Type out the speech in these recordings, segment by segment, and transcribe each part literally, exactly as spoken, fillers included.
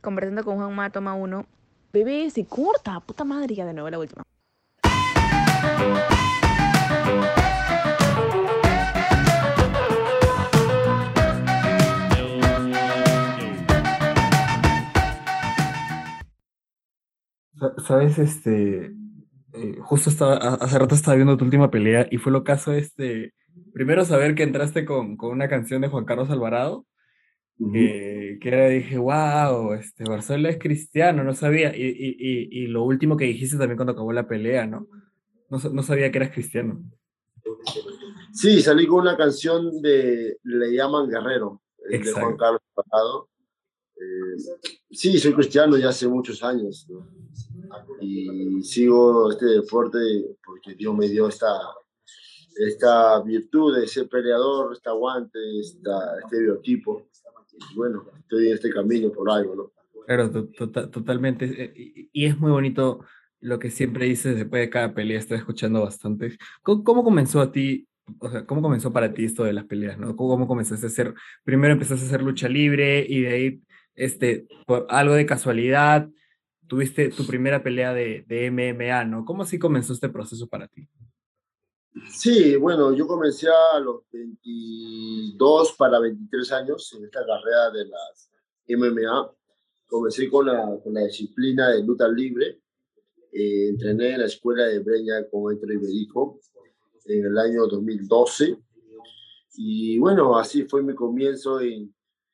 conversando con Juanma, toma uno. Bebé, se corta, puta madre, ya de nuevo la última. Sa- Sabes, este, eh, justo estaba, ha- hace rato estaba viendo tu última pelea y fue lo caso, este, primero saber que entraste con, con una canción de Juan Carlos Alvarado, Ujú. que, que era, dije, wow, este, Barzola es cristiano, no sabía, y, y, y, y lo último que dijiste también cuando acabó la pelea, ¿no? No, sa- no sabía que eras cristiano. Sí, salí con una canción de Le llaman Guerrero, eh, de Juan Exacto. Carlos Alvarado. Eh, sí, soy cristiano ya hace muchos años, ¿no? Y sigo este deporte porque Dios me dio esta, esta virtud de ser peleador, este aguante, esta, este biotipo. Y bueno, estoy en este camino por algo, ¿no? Claro, to- tota- totalmente. eh, Y, y es muy bonito lo que siempre dices después de cada pelea, estoy escuchando bastante. ¿Cómo, cómo comenzó a ti, o sea, cómo comenzó para ti esto de las peleas, ¿no? ¿Cómo, cómo comenzaste a hacer, primero empezaste a hacer lucha libre y de ahí, este, por algo de casualidad, tuviste tu primera pelea de, de M M A, ¿no? ¿Cómo así comenzó este proceso para ti? Sí, bueno, yo comencé a los veintidós para veintitrés años en esta carrera de las M M A. Comencé con la, con la disciplina de lucha libre. Eh, entrené en la escuela de Breña con Héctor Iberico en el año dos mil doce. Y bueno, así fue mi comienzo en,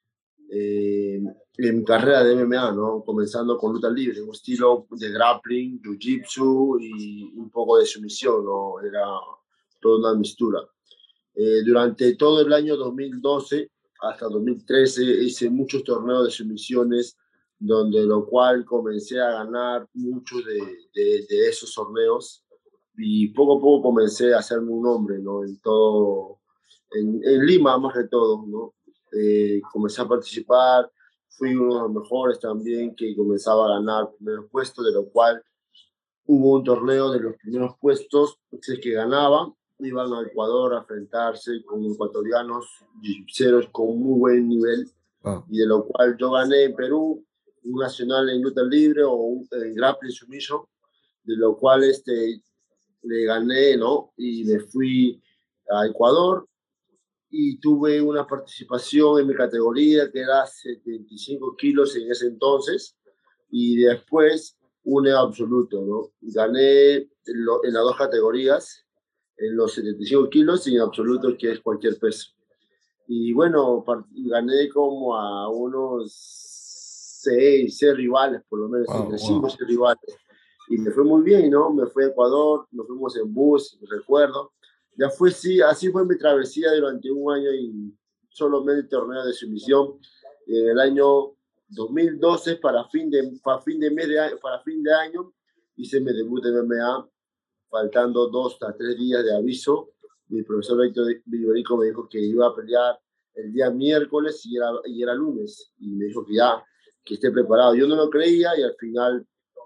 eh, en mi carrera de M M A, ¿no? Comenzando con lucha libre, un estilo de grappling, jiu-jitsu y un poco de sumisión, ¿no? Era toda una mistura. Eh, durante todo el año dos mil doce hasta dos mil trece hice muchos torneos de sumisiones, donde lo cual comencé a ganar muchos de, de, de esos torneos y poco a poco comencé a hacerme un nombre, ¿no? En todo, en, en Lima más que todo, ¿no? Eh, comencé a participar, fui uno de los mejores también que comenzaba a ganar primeros puestos, de lo cual hubo un torneo de los primeros puestos, si es que ganaban, iban a Ecuador a enfrentarse con ecuatorianos jiu con muy buen nivel, Wow. y de lo cual yo gané en Perú un nacional en lucha libre o un, en grappling sumiso, de lo cual este, le gané, ¿no? Y me fui a Ecuador y tuve una participación en mi categoría que era setenta y cinco kilos en ese entonces, y después un absoluto, ¿no? Gané en, lo, en las dos categorías, en los setenta y cinco kilos y en absoluto, que es cualquier peso. Y bueno, gané como a unos seis, seis rivales, por lo menos, Wow, entre cinco y wow. seis rivales. Y me fue muy bien, ¿no? Me fui a Ecuador, nos fuimos en bus, recuerdo. Ya fue, sí, así fue mi travesía durante un año y solamente torneo de sumisión. En el año dos mil doce, para fin de, para fin de mes de año, para fin de año, hice mi debut de M M A, faltando dos a tres días de aviso. Mi profesor Héctor Villorico me dijo que iba a pelear el día miércoles y era, y era lunes. Y me dijo que ya, que esté preparado. Yo no lo creía y al final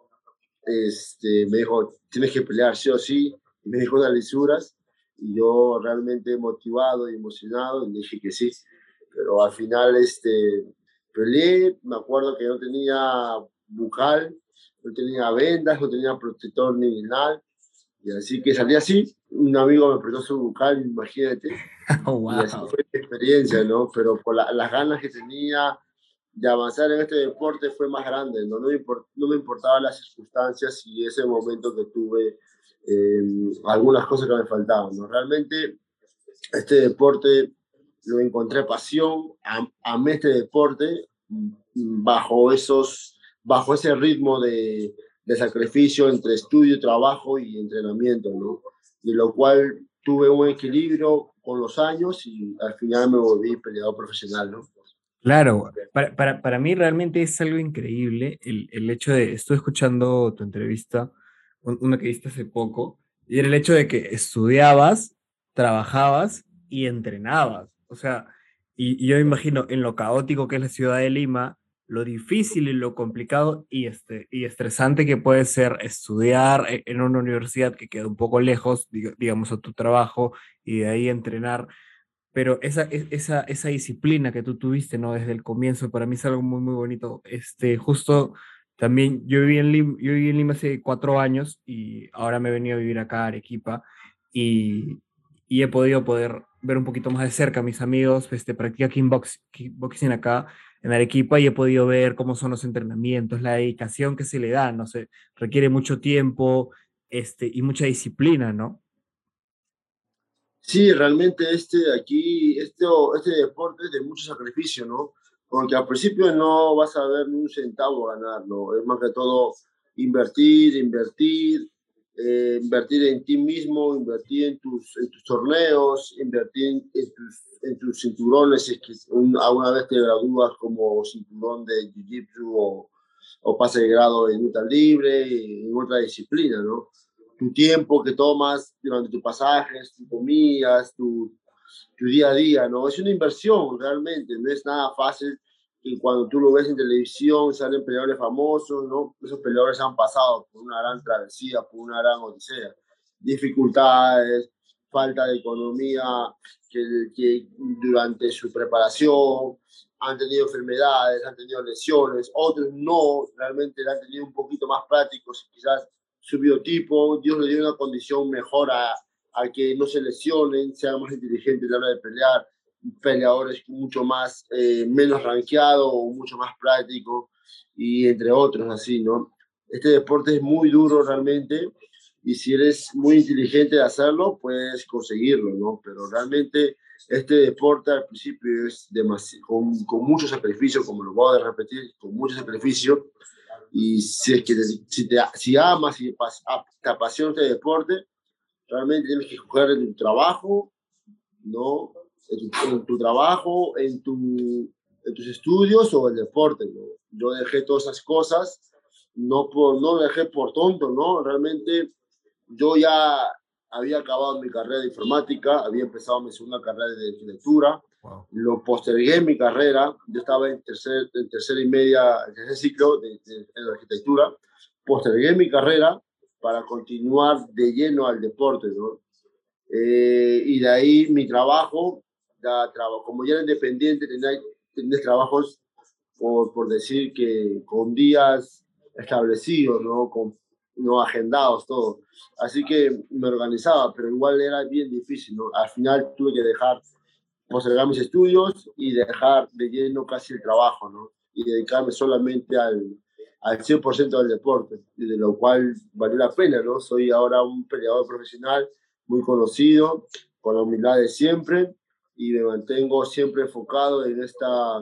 este, me dijo, tienes que pelear sí o sí. Y me dijo unas lisuras. Y yo realmente motivado y emocionado, y le dije que sí. Pero al final este, peleé. Me acuerdo que no tenía bucal, no tenía vendas, no tenía protector ni nada. Y así que salí así, un amigo me prestó su bucal, imagínate, y así Wow. fue mi experiencia, ¿no? Pero por la, las ganas que tenía de avanzar en este deporte fue más grande, ¿no? No me, import, no me importaban las circunstancias y ese momento que tuve, eh, algunas cosas que me faltaban, ¿no? Realmente este deporte lo encontré pasión, am, amé este deporte bajo, esos, bajo ese ritmo de, de sacrificio entre estudio, trabajo y entrenamiento, ¿no? De lo cual tuve un equilibrio con los años y al final me volví peleador profesional, ¿no? Claro, para, para, para mí realmente es algo increíble el, el hecho de, estoy escuchando tu entrevista, un- una que diste hace poco, y era el hecho de que estudiabas, trabajabas y entrenabas. O sea, y, y yo me imagino en lo caótico que es la ciudad de Lima, lo difícil y lo complicado y, este, y estresante que puede ser estudiar e- en una universidad que queda un poco lejos, diga- digamos, a tu trabajo y de ahí entrenar. pero esa, es- esa, esa disciplina que tú tuviste, ¿no? Desde el comienzo, para mí es algo muy, muy bonito. Este, justo también, yo viví en Lima, yo viví en Lima hace cuatro años y ahora me he venido a vivir acá a Arequipa y, y he podido poder ver un poquito más de cerca a mis amigos, este, practica kickbox, kickboxing acá en Arequipa y he podido ver cómo son los entrenamientos, la dedicación que se le da, no sé, requiere mucho tiempo, este, y mucha disciplina, ¿no? Sí, realmente este de aquí, este, este deporte es de mucho sacrificio, ¿no? Porque al principio no vas a ver ni un centavo ganar, ¿no? Es más que todo invertir, invertir, eh, invertir en ti mismo, invertir en tus, en tus torneos, invertir en, en tus, en tus cinturones, si es que un- alguna vez te gradúas como cinturón de Jiu-Jitsu o, o pase de grado en lucha libre, en otra disciplina, ¿no? Tu tiempo que tomas durante tus pasajes, tus comidas, tu, tu día a día, ¿no? Es una inversión realmente, no es nada fácil que cuando tú lo ves en televisión salen peleadores famosos, ¿no? Esos peleadores han pasado por una gran travesía, por una gran odisea, dificultades, falta de economía, que, que durante su preparación han tenido enfermedades, han tenido lesiones, otros no, realmente han tenido un poquito más prácticos, quizás su biotipo, Dios le dio una condición mejor a, a que no se lesionen, sean más inteligentes a la hora de pelear, peleadores mucho más, eh, menos rankeados o mucho más prácticos, y entre otros así, ¿no? Este deporte es muy duro realmente, y si eres muy inteligente de hacerlo, puedes conseguirlo, ¿no? Pero realmente este deporte al principio es con, con mucho sacrificio, como lo voy a repetir, con mucho sacrificio, y si es que te, si, te, si amas y te apasiona este deporte, realmente tienes que escoger en tu trabajo, ¿no? En tu, en tu trabajo, en, tu, en tus estudios o el deporte, ¿no? Yo dejé todas esas cosas, no, por, no lo dejé por tonto, ¿no? Realmente yo ya había acabado mi carrera de informática, había empezado mi segunda carrera de arquitectura, Wow. lo postergué en mi carrera, yo estaba en tercer, en tercer y media, en tercer ciclo de, de, de la arquitectura, postergué mi carrera para continuar de lleno al deporte, ¿no? Eh, y de ahí mi trabajo, ya, traba, como ya era independiente, tenía, tenía trabajos, por, por decir que con días establecidos, ¿no? Con, no agendados, todo. Así que me organizaba, pero igual era bien difícil, ¿no? Al final tuve que dejar, postergar mis estudios y dejar de lleno casi el trabajo, ¿no? Y dedicarme solamente al, al cien por ciento del deporte, y de lo cual valió la pena, ¿no? Soy ahora un peleador profesional muy conocido, con la humildad de siempre, y me mantengo siempre enfocado en esta,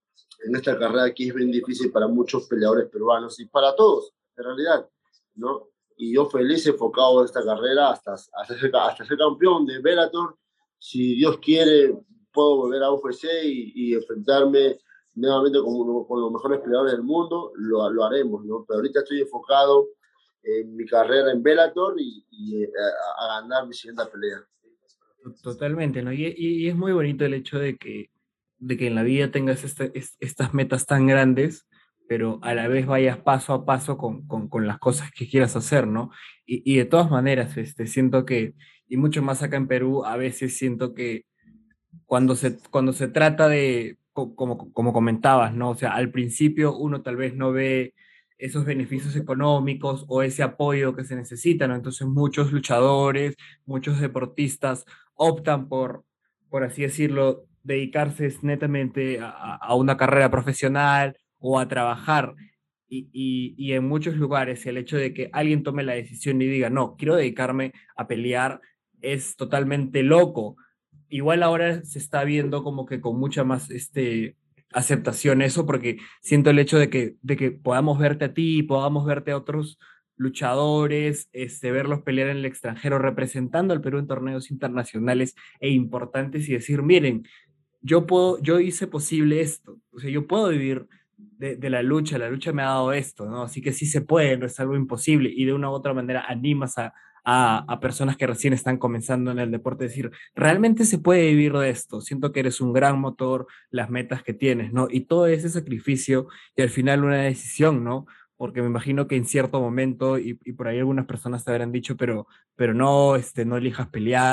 en esta carrera que es bien difícil para muchos peleadores peruanos y para todos, en realidad, ¿no? Y yo feliz enfocado en esta carrera hasta, hasta, ser, hasta ser campeón de Bellator. Si Dios quiere, puedo volver a U F C y, y enfrentarme nuevamente con, con los mejores peleadores del mundo, lo, lo haremos, ¿no? Pero ahorita estoy enfocado en mi carrera en Bellator y, y eh, a, a ganar mi siguiente pelea. Totalmente, ¿no? Y, y- y es muy bonito el hecho de que, de que en la vida tengas este- es- estas metas tan grandes, pero a la vez vayas paso a paso con, con, con las cosas que quieras hacer, ¿no? Y, y de todas maneras, este, siento que, y mucho más acá en Perú, a veces siento que cuando se, cuando se trata de, co- como, como comentabas, ¿no? O sea, al principio uno tal vez no ve esos beneficios económicos o ese apoyo que se necesita, ¿no? Entonces muchos luchadores, muchos deportistas optan por, por así decirlo, dedicarse netamente a, a una carrera profesional o a trabajar. Y, y, y en muchos lugares el hecho de que alguien tome la decisión y diga, no, quiero dedicarme a pelear, es totalmente loco. Igual ahora se está viendo como que con mucha más este, aceptación eso, porque siento el hecho de que, de que podamos verte a ti, podamos verte a otros luchadores, este, verlos pelear en el extranjero, representando al Perú en torneos internacionales e importantes y decir, miren, yo puedo, yo hice posible esto, o sea, yo puedo vivir de, de la lucha, la lucha me ha dado esto, ¿no? Así que sí se puede, no es algo imposible, y de una u otra manera animas a, a, a personas que recién están comenzando en el deporte, decir, realmente se puede vivir de esto, siento que eres un gran motor, las metas que tienes, ¿no? Y todo ese sacrificio y al final una decisión, ¿no? Porque me imagino que en cierto momento, y, y por ahí algunas personas te habrán dicho, pero, pero no, este, no elijas pelear,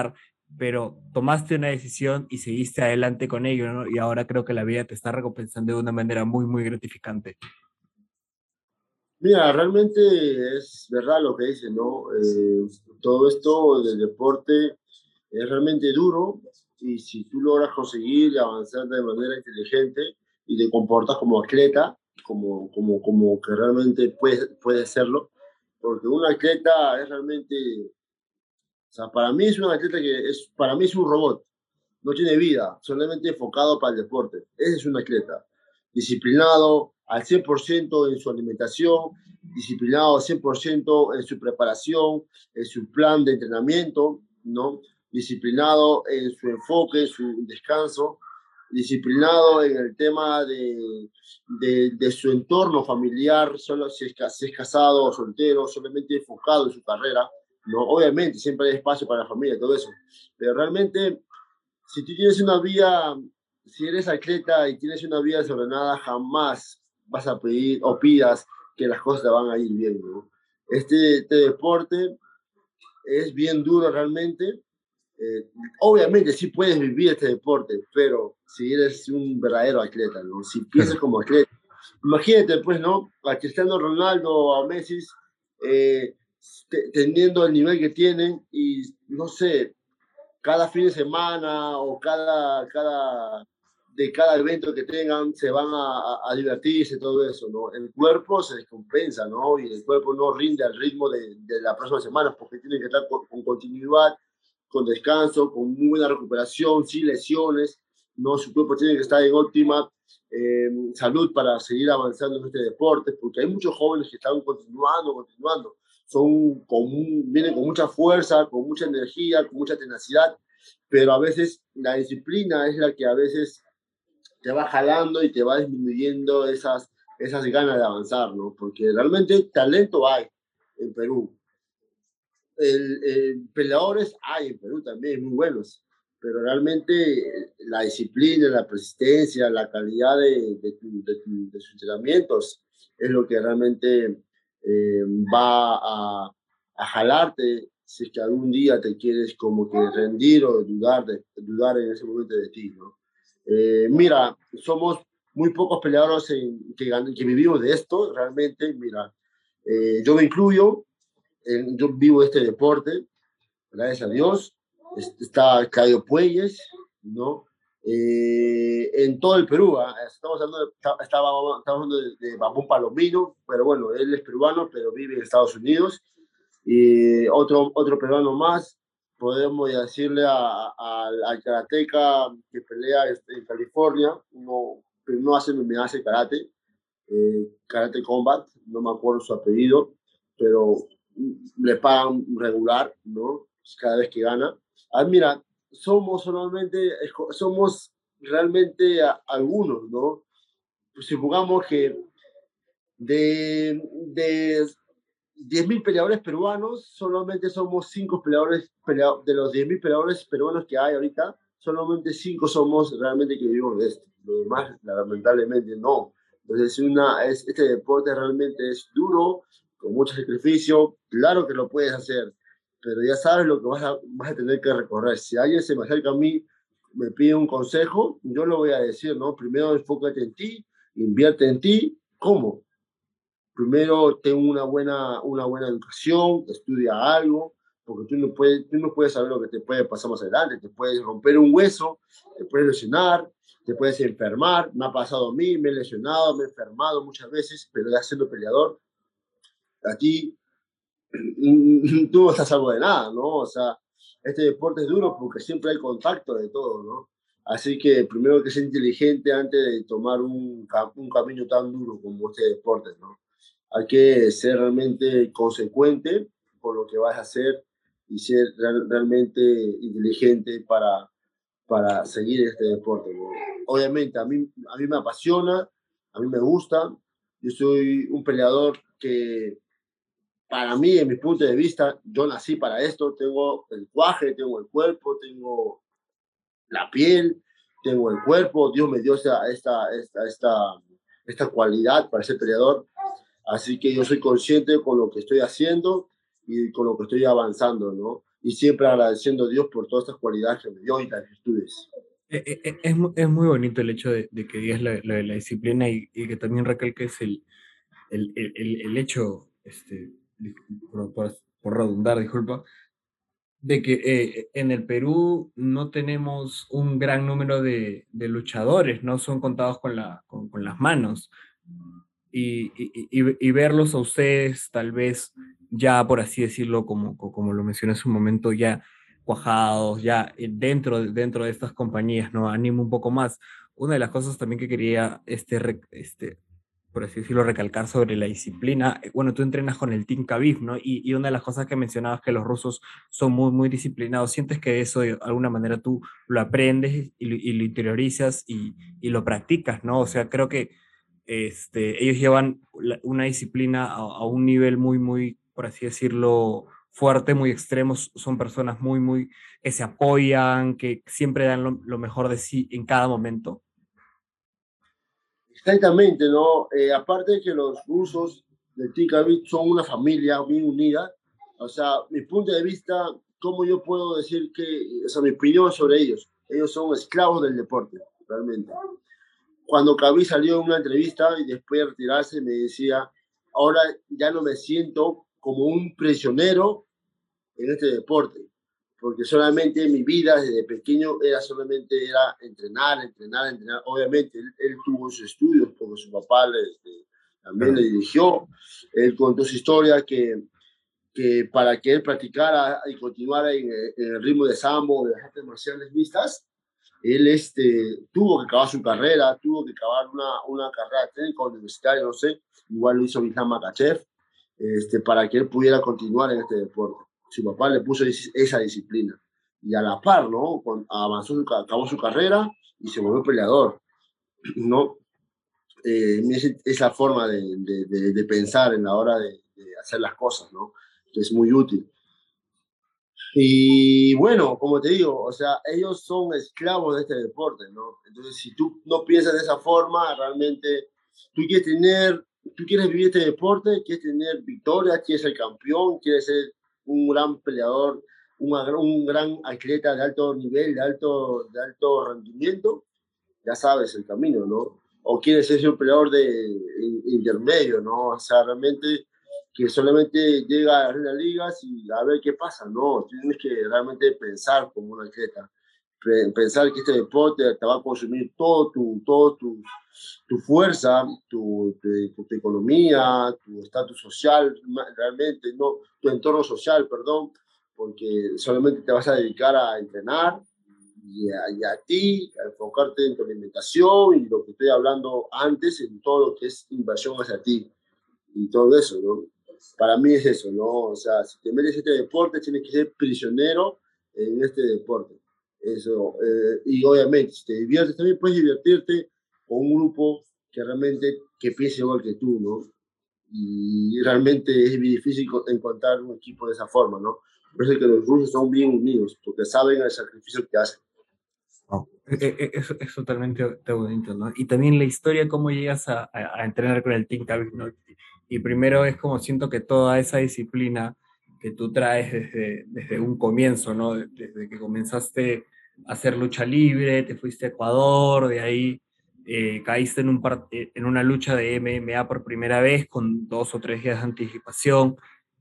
pero tomaste una decisión y seguiste adelante con ello, ¿no? Y ahora creo que la vida te está recompensando de una manera muy, muy gratificante. Mira, realmente es verdad lo que dice, ¿no? Eh, todo esto del deporte es realmente duro y si tú logras conseguir y avanzar de manera inteligente y te comportas como atleta, como, como, como que realmente puedes, puedes serlo, porque un atleta es realmente, o sea, para mí es un atleta que es, para mí es un robot, no tiene vida, solamente enfocado para el deporte. Ese es un atleta. Disciplinado al cien por ciento en su alimentación, disciplinado al cien por ciento en su preparación, en su plan de entrenamiento, ¿no? Disciplinado en su enfoque, en su descanso, disciplinado en el tema de, de, de su entorno familiar, solo si es, si es casado o soltero, solamente enfocado en su carrera, ¿no? Obviamente siempre hay espacio para la familia, todo eso, pero realmente si tú tienes una vida, si eres atleta y tienes una vida desordenada, jamás vas a pedir o pidas que las cosas te van a ir bien, ¿no? Este, este deporte es bien duro realmente. Eh, obviamente sí puedes vivir este deporte, pero si eres un verdadero atleta, ¿no? Si piensas Claro. como atleta, imagínate, pues, ¿no? A Cristiano Ronaldo o a Messi eh, teniendo el nivel que tienen y, no sé, cada fin de semana o cada, cada, de cada evento que tengan se van a, a, a divertirse, todo eso, ¿no? El cuerpo se descompensa, ¿no? Y el cuerpo no rinde al ritmo de, de la próxima semana porque tiene que estar con, con continuidad, con descanso, con muy buena recuperación, sin lesiones, ¿no? Su cuerpo tiene que estar en óptima eh, salud para seguir avanzando en este deporte, porque hay muchos jóvenes que están continuando, continuando son con, vienen con mucha fuerza, con mucha energía, con mucha tenacidad, pero a veces la disciplina es la que a veces te va jalando y te va disminuyendo esas, esas ganas de avanzar, ¿no? Porque realmente talento hay en Perú. El, el, peleadores hay en Perú también, muy buenos, pero realmente la disciplina, la persistencia, la calidad de, de, tu, de, tu, de sus entrenamientos es lo que realmente eh, va a, a jalarte si es que algún día te quieres como que rendir o dudar, de, dudar en ese momento de ti, ¿no? Eh, mira, somos muy pocos peleadores en, que, que vivimos de esto, realmente, mira, eh, yo me incluyo, eh, yo vivo este deporte, gracias a Dios. Está Claudio Puelles, ¿no? Eh, en todo el Perú, ¿eh? estamos hablando, de, estaba, estamos hablando de, de Babón Palomino, pero bueno, él es peruano, pero vive en Estados Unidos. Y otro, otro peruano más, podemos decirle al karateca que pelea en California, no, no hace, me hace karate, eh, Karate Combat, no me acuerdo su apellido, pero le pagan regular, ¿no? Cada vez que gana. Ah, mira, somos solamente, somos realmente a, algunos, ¿no? Pues supongamos que de, de diez mil peleadores peruanos, solamente somos cinco peleadores, peleadores de los diez mil peleadores peruanos que hay ahorita, solamente cinco somos realmente que vivimos de esto. Lo demás, lamentablemente, no. Entonces, una, es, este deporte realmente es duro, con mucho sacrificio. Claro que lo puedes hacer, pero ya sabes lo que vas a, vas a tener que recorrer. Si alguien se me acerca a mí, me pide un consejo, yo lo voy a decir, ¿no? Primero enfócate en ti, invierte en ti. ¿Cómo? Primero ten una buena, una buena educación, estudia algo, porque tú no, puedes, tú no puedes saber lo que te puede pasar más adelante. Te puedes romper un hueso, te puedes lesionar, te puedes enfermar. Me ha pasado a mí, me he lesionado, me he enfermado muchas veces, pero ya siendo peleador, aquí tú no estás salvo de nada, ¿no? O sea, este deporte es duro porque siempre hay contacto de todo, ¿no? Así que primero que ser inteligente antes de tomar un, un camino tan duro como este deporte, ¿no? Hay que ser realmente consecuente con lo que vas a hacer y ser real, realmente inteligente para, para seguir este deporte, ¿no? Obviamente, a mí, a mí me apasiona, a mí me gusta. Yo soy un peleador que, para mí, en mi punto de vista, yo nací para esto. Tengo el cuaje, tengo el cuerpo, tengo la piel, tengo el cuerpo. Dios me dio esta, esta, esta, esta, esta cualidad para ser peleador. Así que yo soy consciente con lo que estoy haciendo y con lo que estoy avanzando, ¿no? y siempre agradeciendo a Dios por todas estas cualidades que me dio y las virtudes. Eh, eh, eh, Es, mu- es muy bonito el hecho de, de que digas la, la, la disciplina y, y que también recalques el, el, el, el- el hecho, este, dis- por, por- por redundar, disculpa, de que eh, en el Perú no tenemos un gran número de, de luchadores, no son contados con, la, con, con las manos. Y, y, y- y verlos a ustedes, tal vez ya, por así decirlo, como, co- como lo mencioné hace un momento, ya cuajados, ya eh, dentro, de- dentro de estas compañías, ¿no? Animo un poco más. Una de las cosas también que quería, este, re- este, por así decirlo, recalcar sobre la disciplina. eh, Bueno, tú entrenas con el Team Khabib, ¿no? Y, y una de las cosas que mencionabas que los rusos son muy, muy disciplinados. ¿Sientes que eso de alguna manera tú lo aprendes y lo, y lo interiorizas y, y lo practicas, ¿no? O sea, creo que este, ellos llevan la- una disciplina a, a un nivel muy, muy, por así decirlo, fuerte, muy extremo. Son personas muy, muy, que se apoyan, que siempre dan lo, lo mejor de sí en cada momento. Exactamente, ¿no? Eh, aparte de que los rusos de Tikabit son una familia bien unida, o sea, mi punto de vista, ¿cómo yo puedo decir que, o sea, mi opinión sobre ellos? Ellos son esclavos del deporte, realmente. Cuando Khabib salió en una entrevista y después de retirarse me decía, ahora ya no me siento como un prisionero en este deporte, porque solamente mi vida desde pequeño era solamente era entrenar, entrenar, entrenar. Obviamente él, él tuvo sus estudios porque su papá le, le, también le Claro. dirigió, él contó su historia que, que para que él practicara y continuara en, en el ritmo de sambo, de las artes marciales mixtas, él este, tuvo que acabar su carrera, tuvo que acabar una, una carrera técnica universitaria, no sé, igual lo hizo Islam Makachev, este, para que él pudiera continuar en este deporte. Su papá le puso esa disciplina. Y a la par, ¿no? Avanzó, acabó su carrera y se volvió peleador, ¿no? Eh, es la forma de, de, de, de, pensar en la hora de, de hacer las cosas, ¿no? Que es muy útil. Y bueno, como te digo, o sea, ellos son esclavos de este deporte, ¿no? Entonces, si tú no piensas de esa forma, realmente tú quieres tener, tú quieres vivir este deporte, quieres tener victorias, quieres ser campeón, quieres ser un gran peleador, una, un gran atleta de alto nivel, de alto, de alto rendimiento, ya sabes el camino, ¿no? O quieres ser un peleador de intermedio, ¿no? O sea, realmente que solamente llega a las ligas y a ver qué pasa, ¿no? Tienes que realmente pensar como un atleta, pensar que este deporte te va a consumir todo tu, todo tu, tu fuerza, tu, tu, tu economía, tu estatus social, realmente, no, tu entorno social, perdón, porque solamente te vas a dedicar a entrenar y a, y a ti, a enfocarte en tu alimentación y lo que estoy hablando antes, en todo lo que es inversión hacia ti y todo eso, ¿no? Para mí es eso, ¿no? O sea, si te metes en este deporte, tienes que ser prisionero en este deporte. Eso, eh, y obviamente, si te diviertes, también puedes divertirte con un grupo que realmente que piense igual que tú, ¿no? Y realmente es muy difícil encontrar un equipo de esa forma, ¿no? Por eso es que los rusos son bien unidos, porque saben el sacrificio que hacen. Oh, e- e- es, es totalmente bonito, ¿no? Y también la historia, cómo llegas a, a, a entrenar con el Team Khabib, ¿no? Y primero es como siento que toda esa disciplina que tú traes desde, desde un comienzo, ¿no? Desde que comenzaste a hacer lucha libre, te fuiste a Ecuador, de ahí eh, caíste en, un part- en una lucha de M M A por primera vez con dos o tres días de anticipación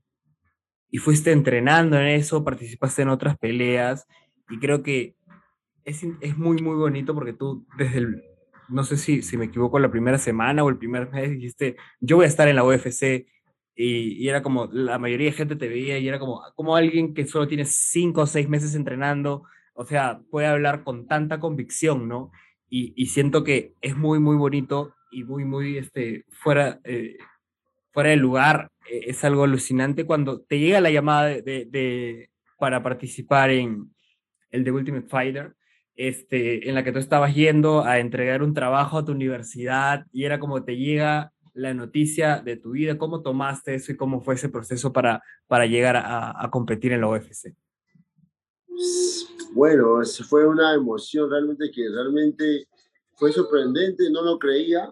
y fuiste entrenando en eso, participaste en otras peleas y creo que es, es muy, muy bonito porque tú desde el, no sé si, si me equivoco, la primera semana o el primer mes dijiste, yo voy a estar en la U F C y, y era como, la mayoría de gente te veía y era como, como alguien que solo tiene cinco o seis meses entrenando, o sea, puede hablar con tanta convicción, ¿no? Y, y siento que es muy, muy bonito y muy, muy, este, fuera, eh, fuera de lugar, eh, es algo alucinante cuando te llega la llamada de, de, de para participar en el de Ultimate Fighter, este, en la que tú estabas yendo a entregar un trabajo a tu universidad y era como te llega la noticia de tu vida, cómo tomaste eso y cómo fue ese proceso para, para llegar a, a competir en la U F C. Bueno, fue una emoción realmente que realmente fue sorprendente, no lo creía.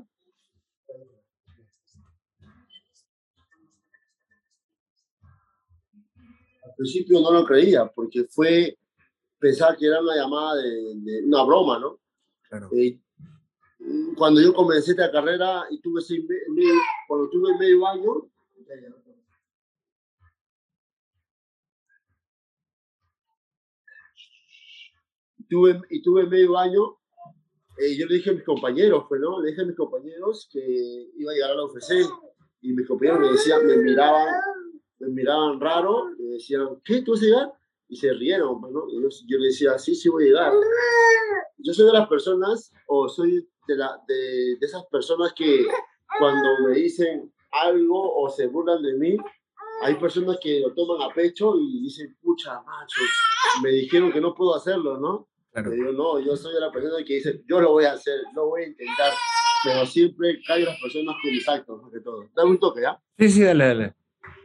principio no lo creía, porque fue pensar que era una llamada de, de una broma, ¿no? Claro. Eh, cuando yo comencé esta carrera y tuve seis medio, cuando tuve medio año, tuve, y tuve medio año, eh, yo le dije a mis compañeros, pues, ¿no? Le dije a mis compañeros que iba a llegar a la U F C y mis compañeros me decían, me miraban, me miraban raro, me decían, ¿qué? ¿Tú vas a llegar? Y se rieron, pues, ¿no? Y yo, yo le decía, sí, sí voy a llegar. Yo soy de las personas, o soy de, la, de, de esas personas que cuando me dicen algo o se burlan de mí, hay personas que lo toman a pecho y dicen, pucha, macho, me dijeron que no puedo hacerlo, ¿no? Claro. Pero yo no, yo soy de la persona que dice, yo lo voy a hacer, lo voy a intentar, pero siempre callo a las personas con mis actos, más que todo. Dame un toque, ¿ya? Sí, sí, dale, dale.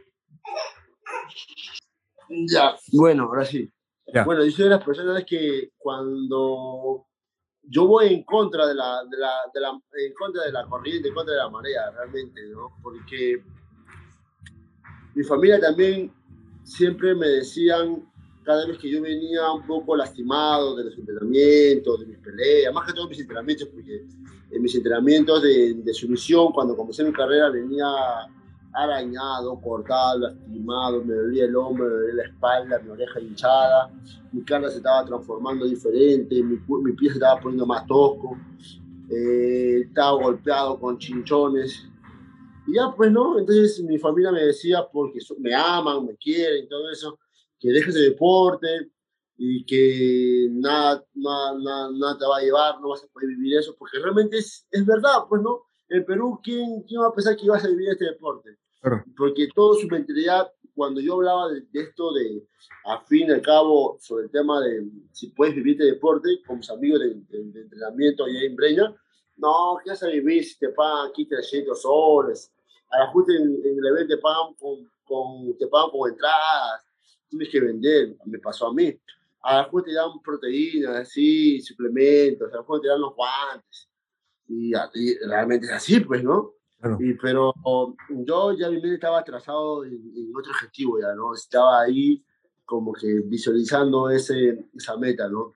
Ya, bueno, ahora sí. Ya. Bueno, yo soy de las personas que cuando yo voy en contra de la, de la, de la, en contra de la corriente, en contra de la marea, realmente, ¿no? Porque mi familia también siempre me decían, cada vez que yo venía un poco lastimado de los entrenamientos, de mis peleas, más que todo mis entrenamientos, porque en mis entrenamientos de, de sumisión, cuando comencé mi carrera, venía arañado, cortado, lastimado, me dolía el hombro, me dolía la espalda, mi oreja hinchada, mi cara se estaba transformando diferente, mi, mi pie se estaba poniendo más tosco, eh, estaba golpeado con chinchones. Y ya, pues, ¿no? Entonces mi familia me decía, porque me aman, me quieren y todo eso, que dejes el deporte y que nada, nada, nada, nada te va a llevar, no vas a poder vivir eso, porque realmente es, es verdad, pues, ¿no? En Perú, ¿quién, ¿quién va a pensar que ibas a vivir este deporte? Claro. Porque toda su mentalidad, cuando yo hablaba de, de esto, de, a fin y al cabo, sobre el tema de si puedes vivir este deporte, con mis amigos de, de, de entrenamiento allá en Breña, no, ¿qué vas a vivir si te pagan aquí trescientos soles? A la justa en, en el evento te pagan con, con, te pagan con entradas, tienes que vender, me pasó a mí. A la justa te dan proteínas, así, suplementos, a la justa te dan los guantes. Y, y realmente es así, pues, ¿no? Claro. Y, pero yo ya mi mente estaba atrasado en, en otro objetivo, ya, ¿no? Estaba ahí como que visualizando ese, esa meta, ¿no?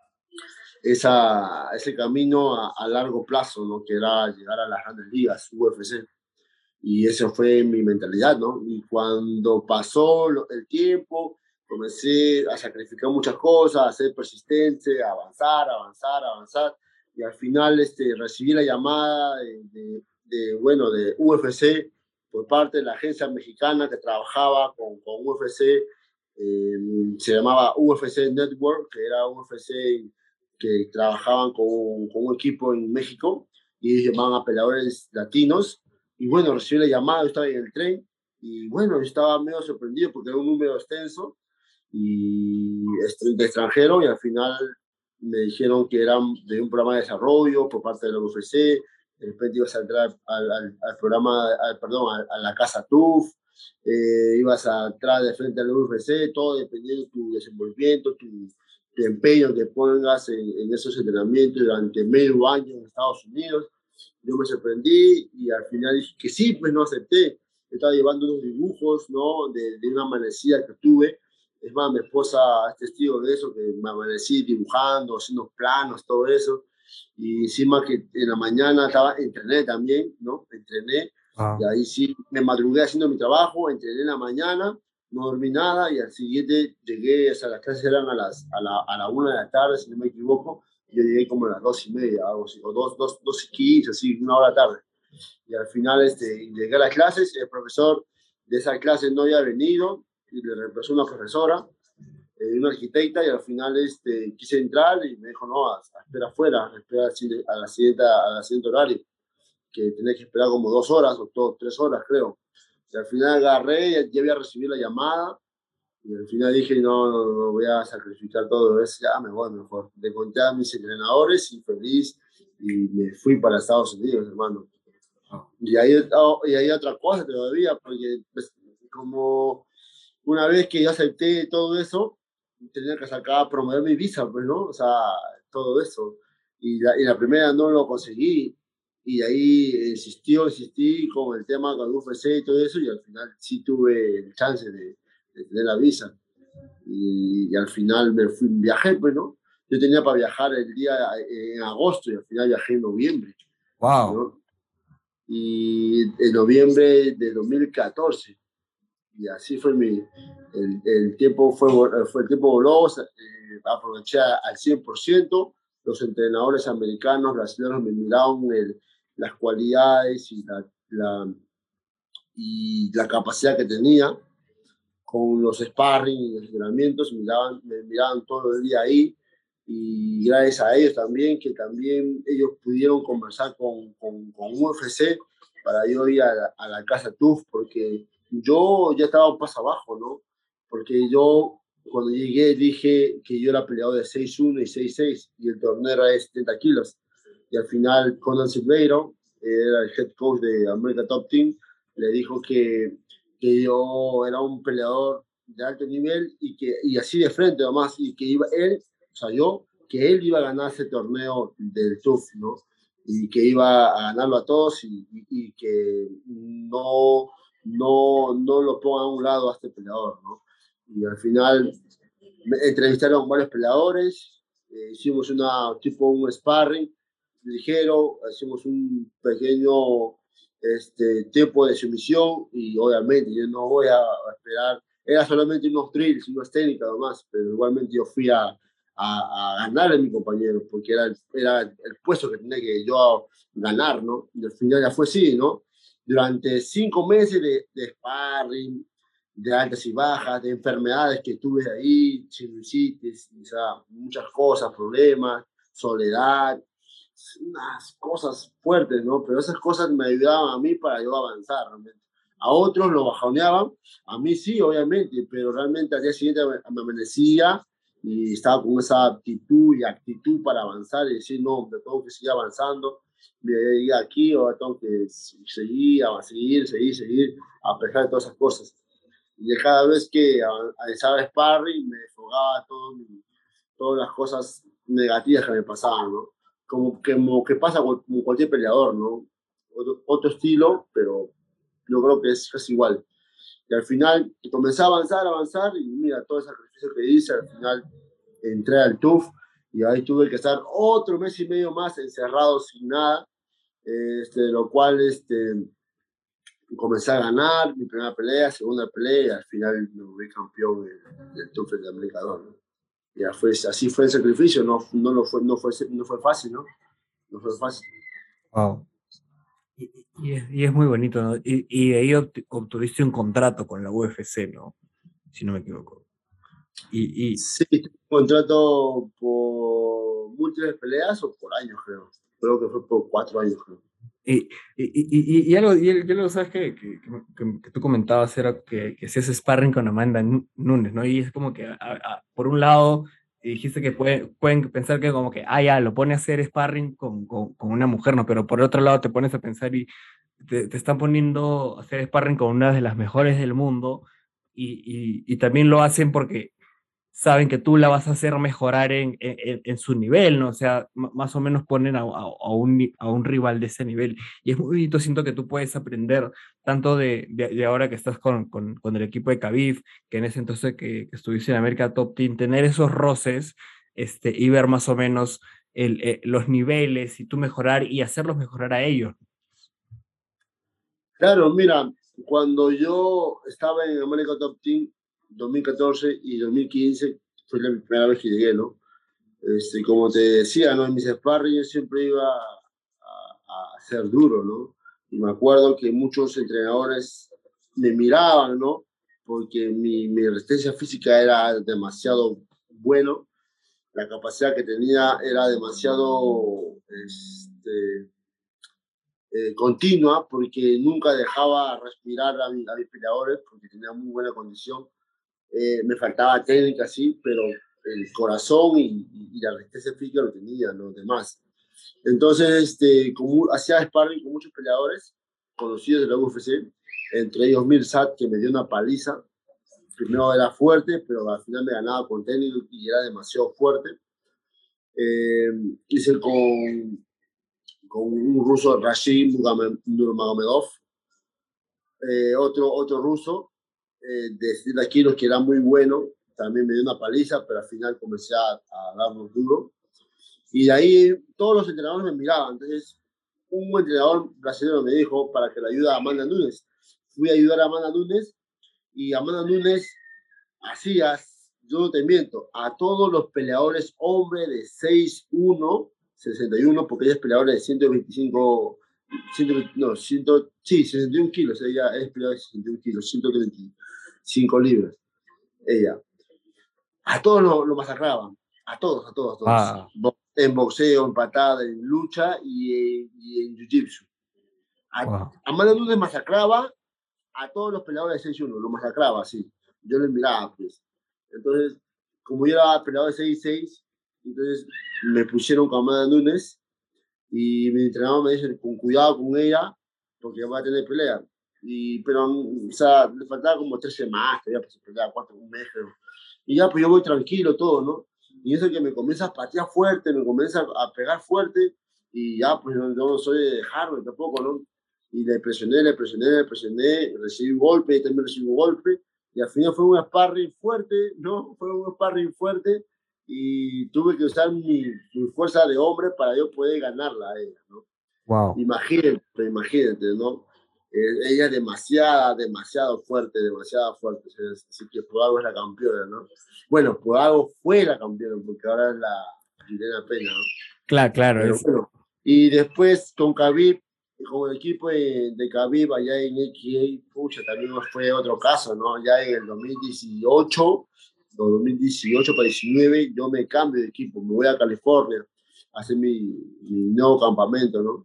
Esa, ese camino a, a largo plazo, ¿no? Que era llegar a las grandes ligas, U F C. Y eso fue mi mentalidad, ¿no? Y cuando pasó el tiempo, comencé a sacrificar muchas cosas, a ser persistente, a avanzar, avanzar, avanzar. Y al final este, recibí la llamada de, de, de, bueno, de U F C por parte de la agencia mexicana que trabajaba con, con U F C. Eh, se llamaba U F C Network, que era U F C que trabajaban con, con un equipo en México y llamaban a peleadores latinos. Y bueno, recibí la llamada, yo estaba en el tren y bueno, yo estaba medio sorprendido porque era un número extenso y de extranjero y al final me dijeron que eran de un programa de desarrollo por parte de la U F C, de repente ibas a entrar al, al, al programa, al, perdón, a, a la casa T U F, eh, ibas a entrar de frente a la U F C, todo dependiendo de tu desenvolvimiento, tu, tu empeño que pongas en, en esos entrenamientos durante medio año en Estados Unidos. Yo me sorprendí y al final dije que sí, pues no acepté. Estaba llevando unos dibujos, ¿no? De, de una amanecida que tuve. Es más, mi esposa es testigo de eso, que me amanecí dibujando, haciendo planos, todo eso. Y encima que en la mañana estaba, entrené también, ¿no? Entrené. Ah. Y ahí sí, me madrugué haciendo mi trabajo, entrené en la mañana, no dormí nada y al siguiente llegué, o sea, las clases eran a, las, a, la, a la una de la tarde, si no me equivoco. Yo llegué como a las dos y media, algo así, o dos, dos, dos y quince, así, una hora tarde. Y al final este, llegué a las clases, el profesor de esa clase no había venido, y le reemplazó una profesora, eh, una arquitecta, y al final este, quise entrar y me dijo, no, a, a espera afuera, espera a la siguiente, a la siguiente horario, que tenía que esperar como dos horas o todo, tres horas, creo. Y al final agarré, ya, ya había recibido la llamada, y al final dije, no, no, no, voy a sacrificar todo eso, ya me voy mejor. Le conté a mis entrenadores y feliz, y me fui para Estados Unidos, hermano. Y ahí, oh, y ahí otra cosa todavía, porque pues, como una vez que yo acepté todo eso, tenía que sacar, promover mi visa, pues, ¿no? O sea, todo eso. Y la, y la primera no lo conseguí, y ahí insistió, insistí con el tema con el U F C y todo eso, y al final sí tuve el chance de, de tener la visa. Y, y al final me fui, viajé, pues, ¿no? Yo tenía para viajar el día en agosto y al final viajé en noviembre, Wow. ¿no? Y en noviembre de dos mil catorce. Y así fue mi, el, el tiempo fue, fue el tiempo voló, eh, aproveché al cien por ciento. Los entrenadores americanos, brasileños me miraron el, las cualidades y la, la, y la capacidad que tenía con los sparring y los entrenamientos, miraban, me miraban todo el día ahí, y gracias a ellos también, que también ellos pudieron conversar con, con, con U F C para yo ir a la, a la casa T U F, porque yo ya estaba un paso abajo, ¿no? Porque yo cuando llegué dije que yo era peleador de seis uno y seis seis y el torneo era de setenta kilos. Y al final Conan Silveiro, era el head coach de America Top Team, le dijo que que yo era un peleador de alto nivel y, que, y así de frente nomás, y que iba él, o sea, yo, que él iba a ganar ese torneo del T U F, ¿no? Y que iba a ganarlo a todos y, y, y que no, no, no lo ponga a un lado a este peleador, ¿no? Y al final me entrevistaron varios peleadores, eh, hicimos una, tipo un sparring ligero, hicimos un pequeño este, tiempo de sumisión y obviamente yo no voy a, a esperar, era solamente unos drills, unas técnicas nomás, pero igualmente yo fui a, a, a ganar a mi compañero porque era, era el puesto que tenía que yo ganar, ¿no? Y al final ya fue así, ¿no? Durante cinco meses de, de sparring, de altas y bajas, de enfermedades que tuve ahí, sinusitis, o sea, muchas cosas, problemas, soledad, unas cosas fuertes, ¿no? Pero esas cosas me ayudaban a mí para yo avanzar realmente. A otros lo bajoneaban, a mí sí, obviamente, pero realmente al día siguiente me, me amanecía y estaba con esa actitud y actitud para avanzar y decir, no, me tengo que seguir avanzando, me llegué aquí, ahora tengo que seguir, seguir, seguir, seguir, a pesar de todas esas cosas. Y cada vez que avanzaba sparring me desfogaba todo mi, todas las cosas negativas que me pasaban, ¿no? Como que, como que pasa con cualquier peleador, ¿no? Otro, otro estilo, pero yo creo que es casi igual. Y al final comencé a avanzar, avanzar, y mira, todo el sacrificio que hice, al final entré al T U F, y ahí tuve que estar otro mes y medio más encerrado sin nada, este, lo cual este, comencé a ganar mi primera pelea, segunda pelea, y al final me volví campeón del, del T U F de América dos, ¿no? Ya fue, así fue el sacrificio, no, no, no, fue, no, fue, no fue fácil, ¿no? No fue fácil. Wow. Y, y, es, y es muy bonito, ¿no? Y, y de ahí obt obtuviste un contrato con la U F C, ¿no? Si no me equivoco. Y, y... Sí, un contrato por múltiples peleas o por años, creo. Creo que fue por cuatro años, creo. Y, y, y, y, algo, y algo, ¿sabes? Que, que, que, que tú comentabas era que, que hacías sparring con Amanda Nunes, ¿no? Y es como que, a, a, por un lado, dijiste que puede, pueden pensar que como que, ah, ya, lo pone a hacer sparring con, con, con una mujer, ¿no? Pero por otro lado te pones a pensar y te, te están poniendo a hacer sparring con una de las mejores del mundo y, y, y también lo hacen porque saben que tú la vas a hacer mejorar en, en, en su nivel, ¿no? O sea, más o menos ponen a, a, a, un, a un rival de ese nivel. Y es muy bonito, siento que tú puedes aprender tanto de, de, de ahora que estás con, con, con, el equipo de Khabib, que en ese entonces que, que estuviste en América Top Team, tener esos roces este, y ver más o menos el, eh, los niveles y tú mejorar y hacerlos mejorar a ellos. Claro, mira, cuando yo estaba en América Top Team dos mil catorce y dos mil quince, fue la primera vez que llegué, ¿no? Este, como te decía, ¿no? En mis sparring yo siempre iba a, a, a ser duro, ¿no? Y me acuerdo que muchos entrenadores me miraban, ¿no? Porque mi, mi resistencia física era demasiado bueno, la capacidad que tenía era demasiado este, eh, continua, porque nunca dejaba respirar a, mi, a mis peleadores, porque tenía muy buena condición. Eh, me faltaba técnica, sí, pero el corazón y, y, y la resistencia física lo tenía, los demás. Entonces, este, como, hacía sparring con muchos peleadores conocidos de la U F C, entre ellos Mirsad, que me dio una paliza. Primero era fuerte, pero al final me ganaba con técnica y era demasiado fuerte. Eh, hice con, con un ruso, Rashid Nurmagomedov, eh, otro, otro ruso, eh, de setenta kilos, que era muy bueno. También me dio una paliza, pero al final comencé a, a darnos duro. Y de ahí todos los entrenadores me miraban. Entonces, un entrenador brasileño me dijo para que le ayude a Amanda Nunes. Fui a ayudar a Amanda Nunes y Amanda Nunes hacía, yo no te miento, a todos los peleadores hombres de seis uno, sesenta y uno, porque ella es peleadora de ciento veinticinco, ciento veinte, no, cien, sí, sesenta y uno kilos, ella es peleadora de sesenta y uno kilos, ciento treinta y cinco libras, ella. A todos lo, lo masacraban, a todos, a todos, a todos. Ah, En boxeo, en patada, en lucha y, y en jiu-jitsu. A, wow. Amanda Nunes masacraba a todos los peleadores de seis uno, lo masacraba, sí. Yo lo miraba, pues. Entonces, como yo era peleador de seis seis, entonces me pusieron con Amanda Nunes y mi entrenador me dice, con cuidado con ella, porque va a tener pelea. Y, pero, o sea, le faltaba como tres semanas, todavía pues, peleaba cuatro, un mes, creo. Y ya, pues yo voy tranquilo, todo, ¿no? Y eso que me comienza a patear fuerte, me comienza a pegar fuerte, y ya, pues yo no soy de dejarme tampoco, ¿no? Y le presioné, le presioné, le presioné, recibí golpe, y también recibí golpe, y al final fue un sparring fuerte, ¿no? Fue un sparring fuerte, y tuve que usar mi, mi fuerza de hombre para yo poder ganarla a ella, ¿no? Wow. Imagínate, imagínate, ¿no? Eh, ella es demasiada, demasiado fuerte, demasiado fuerte, así que por algo es la campeona, ¿no? Bueno, por algo fue la campeona, porque ahora es la Juliana Pena, ¿no? Claro, claro, Pero es. bueno, y después con Khabib, con el equipo de, de Khabib allá en X A, pucha, también fue otro caso, ¿no? Ya en el dos mil dieciocho, dos mil dieciocho para diecinueve, yo me cambio de equipo, me voy a California a hacer mi, mi nuevo campamento, ¿no?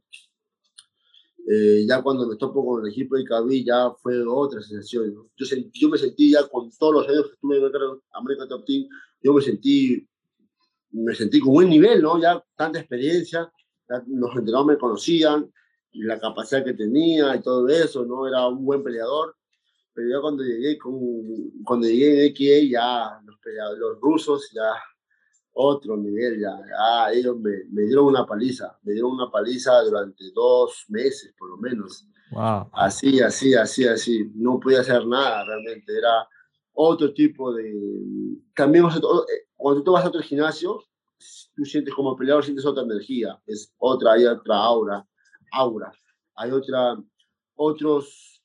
Eh, ya cuando me topo con el equipo de Khabib ya fue otra sensación, ¿no? Yo, sentí, yo me sentí ya con todos los años que estuve en América Top Team, yo me sentí, me sentí con buen nivel, ¿no? Ya tanta experiencia, ya los entrenadores me conocían, la capacidad que tenía y todo eso, ¿no? Era un buen peleador, pero ya cuando llegué, con, cuando llegué en X A, ya los, peleadores, los rusos ya otro nivel ya. Ah, ellos me, me dieron una paliza, me dieron una paliza durante dos meses por lo menos. Wow. Así, así, así, así. No podía hacer nada realmente. Era otro tipo de... También cuando tú vas a otro gimnasio, tú sientes como peleador, sientes otra energía. Es otra, hay otra aura, aura. Hay otra, otros,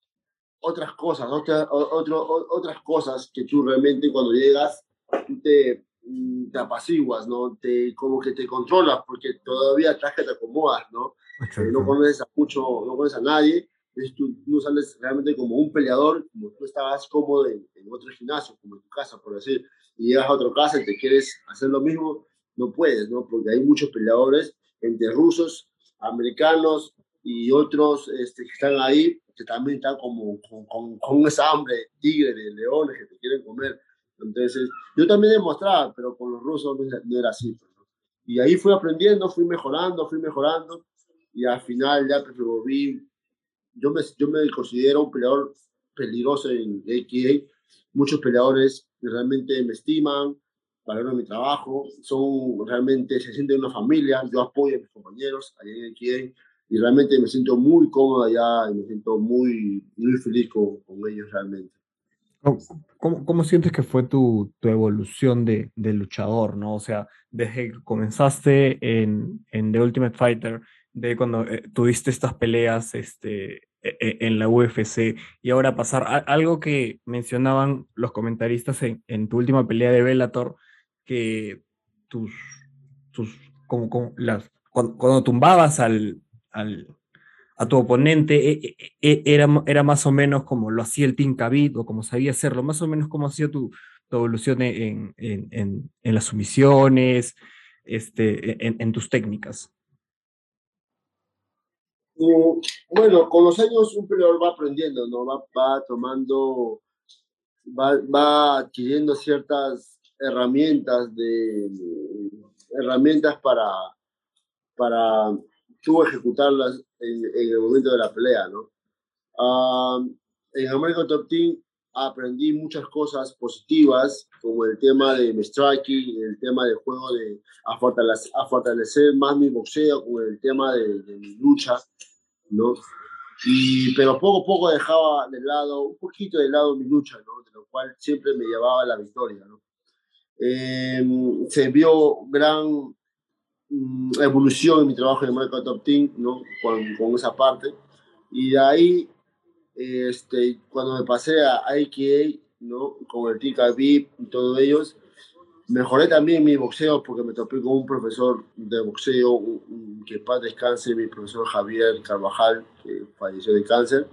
otras cosas, otra, otro, otras cosas que tú realmente cuando llegas, tú te te apaciguas, ¿no? Te, como que te controlas porque todavía estás que te acomodas, ¿no? Eh, no Exacto. conoces a mucho, no conoces a nadie, entonces tú no sales realmente como un peleador, como tú estabas cómodo en, en otro gimnasio, como en tu casa, por decir, y llegas a otra casa y te quieres hacer lo mismo, no puedes, ¿no? Porque hay muchos peleadores entre rusos, americanos y otros este, que están ahí, que también están como con, con, con esa hambre de tigre, de leones que te quieren comer. Entonces, yo también demostraba, pero con los rusos no, no era así. ¿No? Y ahí fui aprendiendo, fui mejorando, fui mejorando, y al final ya que volví, yo me, yo me considero un peleador peligroso en X A. Muchos peleadores realmente me estiman, valoran mi trabajo, son realmente, se sienten una familia, yo apoyo a mis compañeros allá en X A, y realmente me siento muy cómodo allá y me siento muy, muy feliz con, con ellos realmente. ¿Cómo, cómo- cómo sientes que fue tu, tu evolución de, de luchador, ¿no? O sea, desde que comenzaste en, en The Ultimate Fighter, de cuando eh, tuviste estas peleas este, e- e- en la U F C, y ahora pasar a- algo que mencionaban los comentaristas en, en tu última pelea de Bellator, que tus, tus como, como las, cuando, cuando tumbabas al, al, a tu oponente, e- e- e- era, era más o menos como lo hacía el Team Khabib o como sabía hacerlo, más o menos como ha sido tu, tu evolución en, en, en, en las sumisiones, este, en, en tus técnicas. Mm, Bueno, con los años un peleador va aprendiendo, ¿no? Va, va tomando, va, va adquiriendo ciertas herramientas de herramientas para, para tú ejecutarlas en, en el momento de la pelea, ¿no? Uh, en American Top Team aprendí muchas cosas positivas, como el tema de mi striking, el tema del juego de a fortalecer, a fortalecer más mi boxeo, con el tema de, de mi lucha, ¿no? Y, pero poco a poco dejaba de lado, un poquito de lado mi lucha, ¿no? De lo cual siempre me llevaba a la victoria, ¿no? Eh, se vio gran mm, evolución en mi trabajo en Marca Top Team, ¿no? Con, con esa parte. Y de ahí, este, cuando me pasé a I K A, ¿no? Con el Tika V I P y todos ellos, mejoré también mi boxeo porque me topé con un profesor de boxeo, un, un, que paz descanse, mi profesor Javier Carvajal, que falleció de cáncer,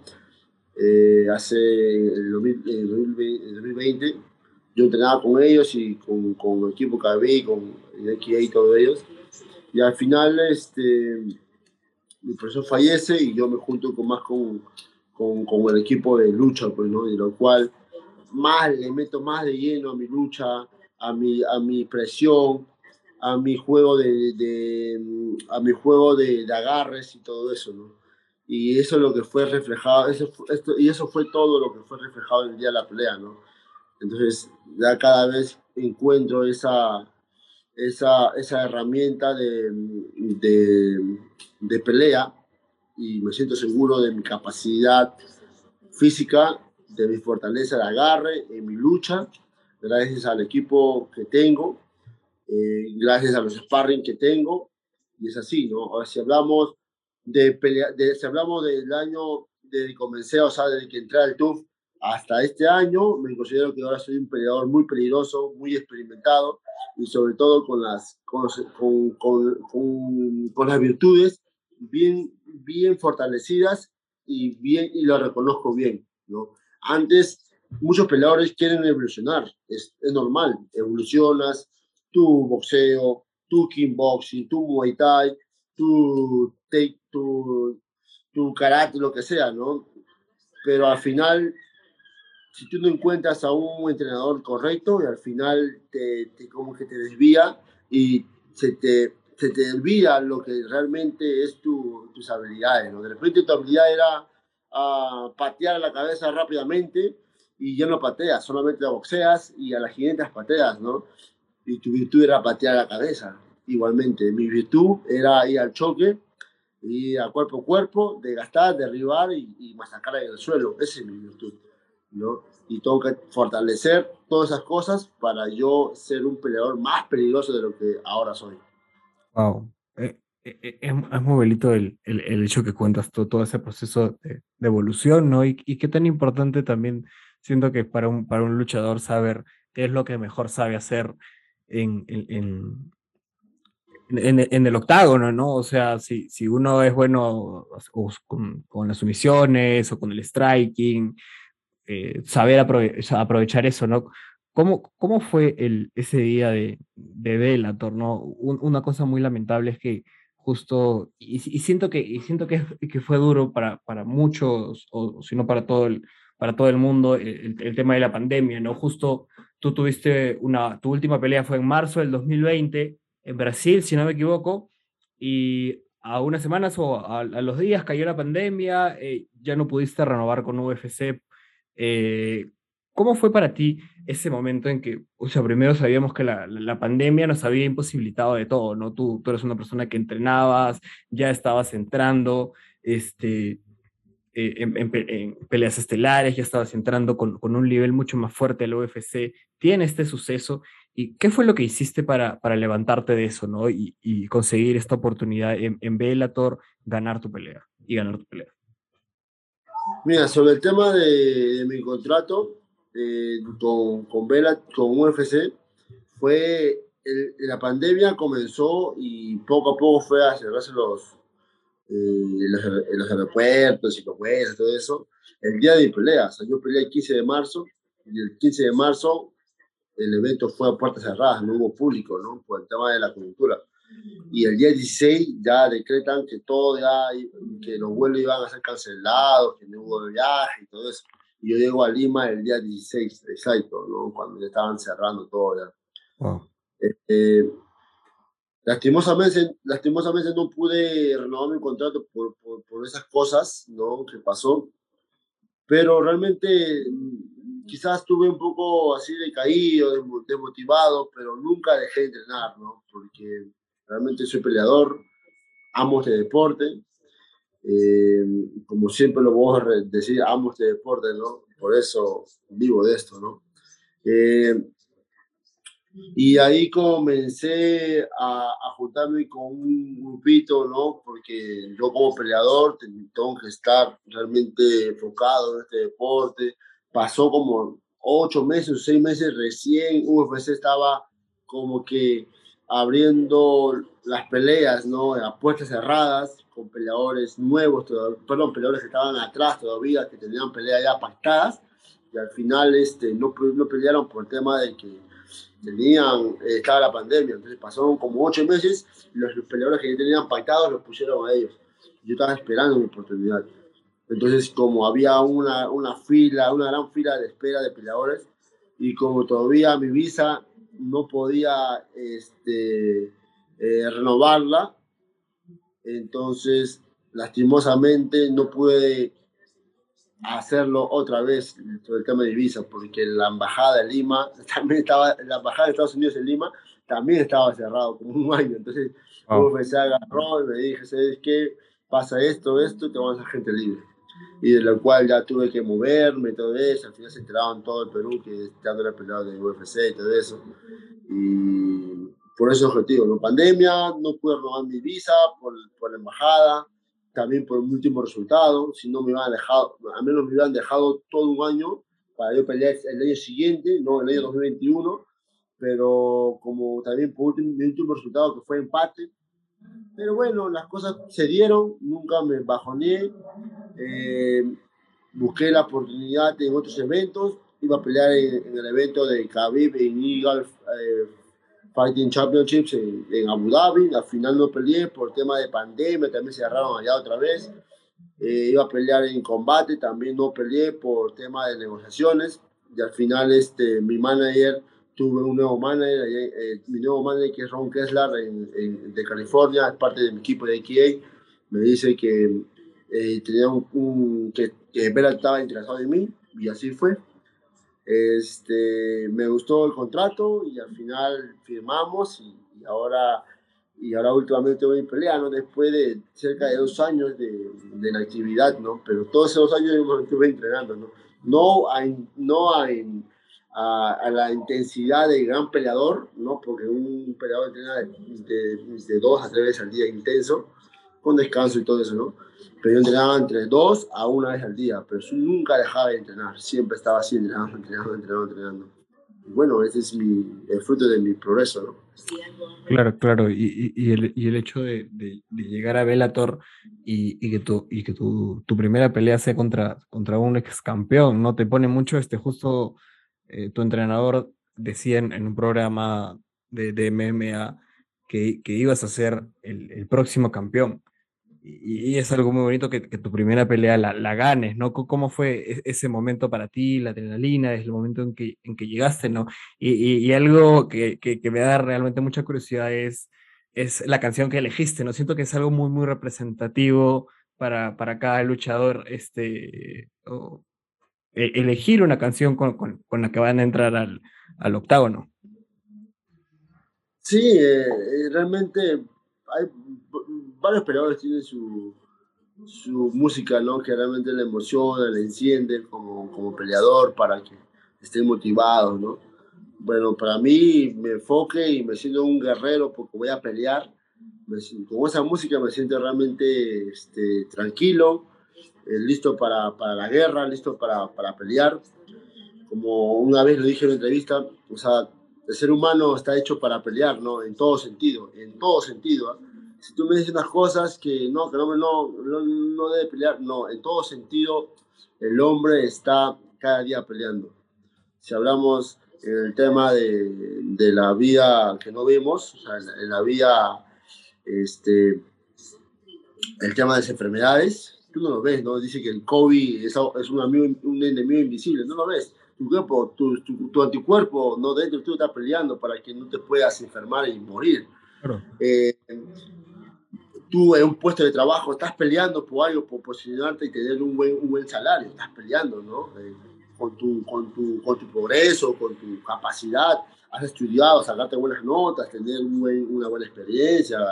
eh, hace el, dos mil, el, dos mil veinte. Yo entrenaba con ellos y con, con el equipo K B, con el X A y todos ellos. Y al final, este, mi profesor fallece y yo me junto con, más con, con, con el equipo de lucha, pues, ¿no? De lo cual más le meto más de lleno a mi lucha, a mi, a mi presión, a mi juego de, de a mi juego de, de, agarres y todo eso, ¿no? Y eso es lo que fue reflejado, eso, esto, y eso fue todo lo que fue reflejado el día de la pelea, ¿no? Entonces, ya cada vez encuentro esa, esa, esa herramienta de, de, de pelea y me siento seguro de mi capacidad física, de mi fortaleza de agarre, en mi lucha, gracias al equipo que tengo, eh, gracias a los sparring que tengo, y es así, ¿no? Ahora, si hablamos de pelea, de, si hablamos del año desde que comencé, o sea, desde que entré al T U F hasta este año, me considero que ahora soy un peleador muy peligroso, muy experimentado, y sobre todo con las, con, con, con, con, con las virtudes bien, bien fortalecidas y, bien, y lo reconozco bien, ¿no? Antes, muchos peleadores quieren evolucionar, es, es normal, evolucionas, tu boxeo, tu kickboxing, tu muay thai, tu, te, tu, tu karate, lo que sea, ¿no? Pero al final, si tú no encuentras a un entrenador correcto y al final te, te como que te desvía y se te, se te olvida lo que realmente es tu, tus habilidades, ¿no? De repente tu habilidad era uh, patear a la cabeza rápidamente y ya no pateas, solamente boxeas y a las quinientas pateas, ¿no? Y tu virtud era patear la cabeza. Igualmente, mi virtud era ir al choque, ir a cuerpo a cuerpo, desgastar, derribar y, y masacrar en el suelo. Esa es mi virtud, ¿no? Y tengo que fortalecer todas esas cosas para yo ser un peleador más peligroso de lo que ahora soy. Wow. Eh, eh, eh, es, es muy bonito el, el, el hecho que cuentas todo, todo ese proceso de, de evolución, ¿no? Y, y qué tan importante también siento que para un, para un luchador saber qué es lo que mejor sabe hacer en, en, en, en, en el octágono, ¿no? O sea, si, si uno es bueno o con, con las sumisiones o con el striking, eh, saber aprove aprovechar eso, ¿no? ¿Cómo, cómo fue el, ese día de, de Bellator, ¿no? Un, una cosa muy lamentable es que justo, y, y siento, que, y siento que, que fue duro para, para muchos, o si no para todo el, para todo el mundo, el, el, tema de la pandemia, ¿no? Justo tú tuviste una, tu última pelea fue en marzo del dos mil veinte en Brasil, si no me equivoco, y a unas semanas o a, a los días cayó la pandemia, eh, ya no pudiste renovar con U F C. Eh, ¿Cómo fue para ti ese momento en que, o sea, primero sabíamos que la, la, la pandemia nos había imposibilitado de todo, ¿no? Tú, tú eres una persona que entrenabas, ya estabas entrando, este, eh, en, en, en, peleas estelares, ya estabas entrando con, con un nivel mucho más fuerte al U F C, tiene este suceso, ¿y qué fue lo que hiciste para, para levantarte de eso, ¿no? Y, y conseguir esta oportunidad en, en Bellator, ganar tu pelea, y ganar tu pelea. Mira, sobre el tema de, de mi contrato eh, con, con, Bella, con U F C, fue el, la pandemia comenzó y poco a poco fue a cerrarse los, eh, los, los aeropuertos y los vuelos, todo eso, el día de mi pelea. O sea, yo peleé el quince de marzo y el quince de marzo el evento fue a puertas cerradas, no hubo público, ¿no? Por el tema de la coyuntura. Y el día dieciséis ya decretan que todo ya, que los vuelos iban a ser cancelados, que no hubo viaje y todo eso. Y yo llego a Lima el día dieciséis, exacto, ¿no? Cuando ya estaban cerrando todo ya. Wow. Eh, lastimosamente, lastimosamente no pude renovar mi contrato por, por, por esas cosas, ¿no? Que pasó. Pero realmente quizás estuve un poco así decaído, desmotivado, pero nunca dejé de entrenar, ¿no? Porque realmente soy peleador, amo este deporte Eh, como siempre lo voy a decir, amo este deporte, ¿no? Por eso vivo de esto, ¿no? Eh, y ahí comencé a, a juntarme con un grupito, ¿no? Porque yo como peleador tengo que estar realmente enfocado en este deporte. Pasó como ocho meses o seis meses recién, U F C estaba como que abriendo las peleas, ¿no? A puertas cerradas, con peleadores nuevos, todavía, perdón, peleadores que estaban atrás todavía, que tenían peleas ya pactadas, y al final este, no, no pelearon por el tema de que tenían, eh, estaba la pandemia, entonces pasaron como ocho meses y los, los peleadores que ya tenían pactados los pusieron a ellos. Yo estaba esperando mi oportunidad. Entonces, como había una, una fila, una gran fila de espera de peleadores, y como todavía mi visa no podía este, eh, renovarla, entonces lastimosamente no pude hacerlo otra vez sobre el tema de visa, porque la embajada de Lima, también estaba, la embajada de Estados Unidos en Lima también estaba cerrado como un año. Entonces, Wow. U F C agarró y me dije, ¿sabes qué? Pasa esto, esto, te vamos a hacer gente libre. Y de lo cual ya tuve que moverme y todo eso. Al final se enteraban todo el Perú que estando era peleado de U F C y todo eso. Y por ese objetivo, ¿no? Pandemia, no pude renovar mi visa por, por la embajada, también por mi último resultado, si no me hubieran dejado, al menos me hubieran dejado todo un año para yo pelear el año siguiente, no el año dos mil veintiuno, pero como también por último, mi último resultado que fue empate, pero bueno, las cosas se dieron, nunca me bajoneé, eh, busqué la oportunidad en otros eventos, iba a pelear en, en el evento de Khabib en Eagle eh, Fighting Championships en, en Abu Dhabi, al final no peleé por tema de pandemia, también se cerraron allá otra vez, eh, iba a pelear en combate, también no peleé por tema de negociaciones, y al final este, mi manager, tuve un nuevo manager, eh, mi nuevo manager que es Ron Kessler en, en, de California, es parte de mi equipo de A K A, me dice que eh, tenía un, un que, que Bella estaba interesado en mí, y así fue. Este, me gustó el contrato y al final firmamos y, y ahora y ahora últimamente voy peleando después de cerca de dos años de, de la actividad, ¿no? Pero todos esos años yo me estuve entrenando, ¿no? No a, no a, a, a la intensidad de gran peleador, ¿no? Porque un peleador entrena de, de, de dos a tres veces al día intenso, con descanso y todo eso, ¿no? Pero yo entrenaba entre dos a una vez al día, pero yo nunca dejaba de entrenar, siempre estaba así entrenando, entrenando, entrenando, entrenando. Y bueno, ese es mi, el fruto de mi progreso, ¿no? Claro, claro, y, y, y el, y el hecho de, de, de llegar a Bellator y, y que, tu, y que tu, tu primera pelea sea contra, contra un ex campeón, ¿no? Te pone mucho, este, justo eh, tu entrenador decía en, en un programa de, de M M A que, que ibas a ser el, el próximo campeón. Y, y es algo muy bonito que, que tu primera pelea la, la ganes, ¿no? Co- ¿Cómo fue e- ese momento para ti, la adrenalina, es el momento en que, en que llegaste, ¿no? Y, y, y algo que, que, que me da realmente mucha curiosidad es, es la canción que elegiste, ¿no? Siento que es algo muy, muy representativo para, para cada luchador, este, o, e- elegir una canción con, con, con la que van a entrar al, al octágono. Sí, eh, eh, realmente hay varios peleadores tienen su, su música, ¿no? Que realmente le emociona, le enciende como, como peleador para que estén motivados, ¿no? Bueno, para mí me enfoque y me siento un guerrero porque voy a pelear. Me, con esa música me siento realmente este, tranquilo, eh, listo para, para la guerra, listo para, para pelear. Como una vez lo dije en una entrevista, o sea, el ser humano está hecho para pelear, ¿no? En todo sentido, en todo sentido. ¿Eh? Si tú me dices unas cosas que no, que no, no, no, no debe pelear, no, en todo sentido el hombre está cada día peleando. Si hablamos en el tema de, de la vida que no vemos, o sea, en la, en la vida, este, el tema de las enfermedades, tú no lo ves, ¿no? Dice que el COVID es, es un, amigo, un enemigo invisible, no lo ves. Tu cuerpo, tu, tu, tu anticuerpo, no dentro, tú estás peleando para que no te puedas enfermar y morir. Claro. Eh, tú en un puesto de trabajo estás peleando por algo, por posicionarte y tener un buen, un buen salario, estás peleando, ¿no? Eh, con, tu, con, tu, con tu progreso, con tu capacidad, has estudiado, sacarte buenas notas, tener un buen, una buena experiencia,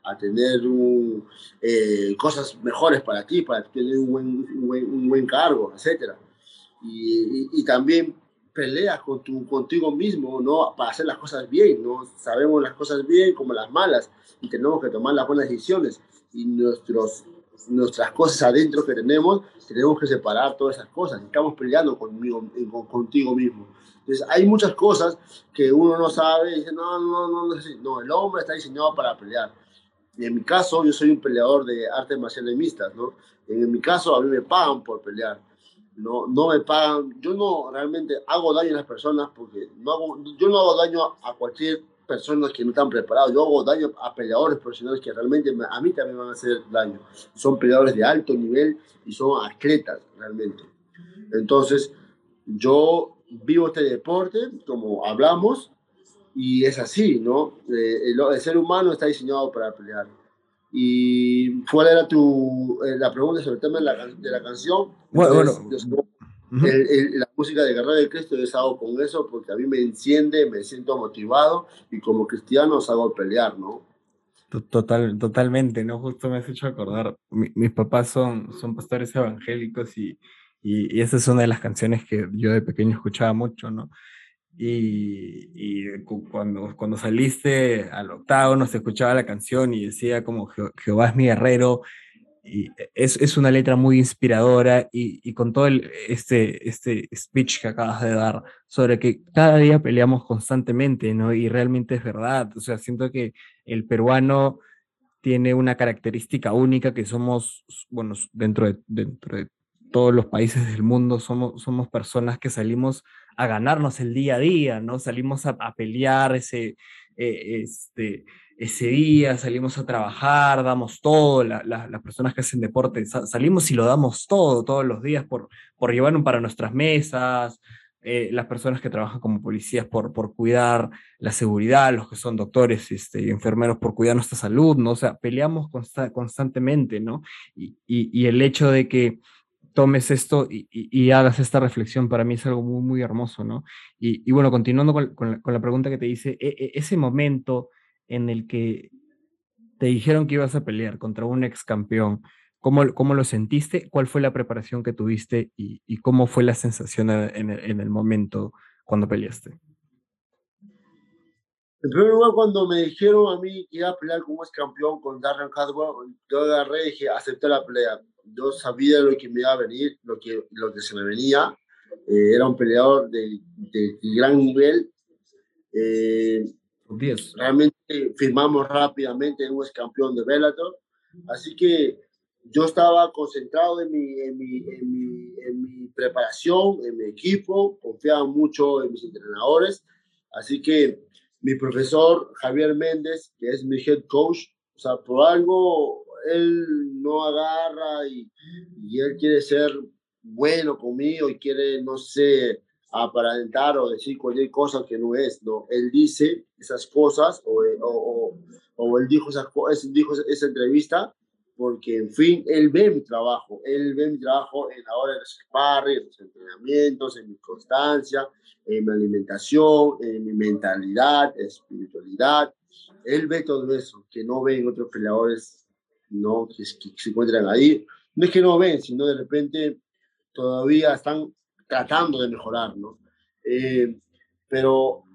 a tener un, eh, cosas mejores para ti, para tener un buen, un buen, un buen cargo, etcétera. Y, y, y también peleas con tu, contigo mismo, ¿no? Para hacer las cosas bien, ¿no? Sabemos las cosas bien como las malas y tenemos que tomar las buenas decisiones y nuestros, nuestras cosas adentro que tenemos, tenemos que separar todas esas cosas. Estamos peleando conmigo, con, contigo mismo. Entonces, hay muchas cosas que uno no sabe y dice, no, no, no, no, no, el hombre está diseñado para pelear. Y en mi caso, yo soy un peleador de artes marciales mixtas, ¿no? En mi caso, a mí me pagan por pelear. No, no me pagan. Yo no realmente hago daño a las personas porque no hago, yo no hago daño a cualquier persona que no están preparados. Yo hago daño a peleadores profesionales que realmente me, a mí también van a hacer daño. Son peleadores de alto nivel y son atletas realmente. Entonces, yo vivo este deporte, como hablamos, y es así, ¿no? Eh, el, el ser humano está diseñado para pelear. ¿Y cuál era tu, eh, la pregunta sobre el tema de la, de la canción? Bueno, Entonces, bueno. yo sé, Uh-huh. el, el, la música de Guerrero de Cristo, yo hago con eso porque a mí me enciende, me siento motivado y como cristiano hago pelear, ¿no? Total, totalmente, ¿no? Justo me has hecho acordar, mi- mis papás son, son pastores evangélicos y, y, y esa es una de las canciones que yo de pequeño escuchaba mucho, ¿no? Y, y cu- cuando, cuando saliste al octavo, se escuchaba la canción y decía como "Je- Jehová es mi guerrero", y es, es una letra muy inspiradora y, y con todo el, este, este speech que acabas de dar sobre que cada día peleamos constantemente, ¿no? Y realmente es verdad, o sea, siento que el peruano tiene una característica única que somos, bueno, dentro de, dentro de todos los países del mundo, somos, somos personas que salimos a ganarnos el día a día, ¿no? Salimos a, a pelear ese, eh, este, ese día, salimos a trabajar, damos todo, la, la, las personas que hacen deporte, sa salimos y lo damos todo, todos los días por, por llevar un para nuestras mesas, eh, las personas que trabajan como policías por, por cuidar la seguridad, los que son doctores este, y enfermeros por cuidar nuestra salud, ¿no? O sea, peleamos consta constantemente, ¿no? Y, y, y, el hecho de que tomes esto y, y, y, hagas esta reflexión para mí es algo muy, muy hermoso, ¿no? Y, y bueno, continuando con, con, la, con, la, pregunta que te hice, e, e, ese momento en el que te dijeron que ibas a pelear contra un ex campeón, ¿cómo, cómo lo sentiste? ¿Cuál fue la preparación que tuviste y, y cómo fue la sensación en el, en el momento cuando peleaste? En primer lugar, cuando me dijeron a mí que iba a pelear como ex campeón con Darren Caldwell, yo agarré y dije, acepté la pelea. Yo sabía lo que me iba a venir, lo que, lo que se me venía. Eh, era un peleador de, de, de gran nivel. Eh, realmente firmamos rápidamente en un ex campeón de Bellator. Así que yo estaba concentrado en mi, en, mi, en, mi, en mi preparación, en mi equipo, confiaba mucho en mis entrenadores. Así que mi profesor Javier Méndez, que es mi head coach, o sea, por algo él no agarra y, y él quiere ser bueno conmigo y quiere, no sé, aparentar o decir cualquier cosa que no es, ¿no? Él dice esas cosas o, o, o, o él dijo, esas, dijo esa entrevista porque, en fin, él ve mi trabajo, él ve mi trabajo en la hora de los sparring, en los entrenamientos, en mi constancia, en mi alimentación, en mi mentalidad, espiritualidad. Él ve todo eso, que no ven otros peleadores, ¿no? Que, que, que se encuentran ahí. No es que no ven, sino de repente todavía están tratando de mejorar, ¿no? Eh, pero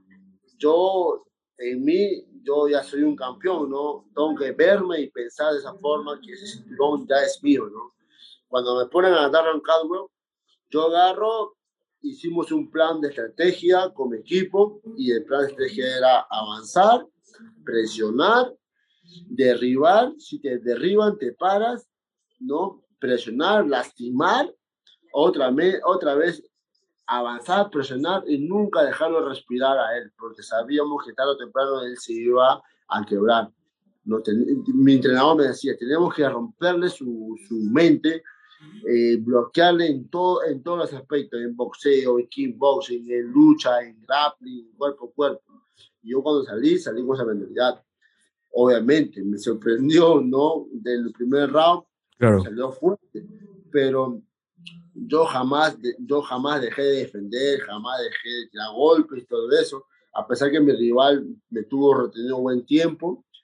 yo, en mí, yo ya soy un campeón, ¿no? Tengo que verme y pensar de esa forma que ese cinturón ya es mío, ¿no? Cuando me ponen a Darren Caldwell, yo agarro, hicimos un plan de estrategia con mi equipo y el plan de estrategia era avanzar, presionar, derribar, si te derriban te paras, ¿no? Presionar, lastimar, otra, me, otra vez avanzar, presionar y nunca dejarlo respirar a él, porque sabíamos que tarde o temprano él se iba a quebrar. No ten, mi entrenador me decía, tenemos que romperle su, su mente, eh, bloquearle en, todo, en todos los aspectos, en boxeo, en kickboxing, en lucha, en grappling, cuerpo a cuerpo. Y yo cuando salí, salí con esa mentalidad. Obviamente, me sorprendió, ¿no? Del primer round, claro. Salió fuerte, pero yo jamás, yo jamás dejé de defender, jamás dejé de tirar golpes y todo eso, a pesar que mi rival me tuvo retenido buen tiempo,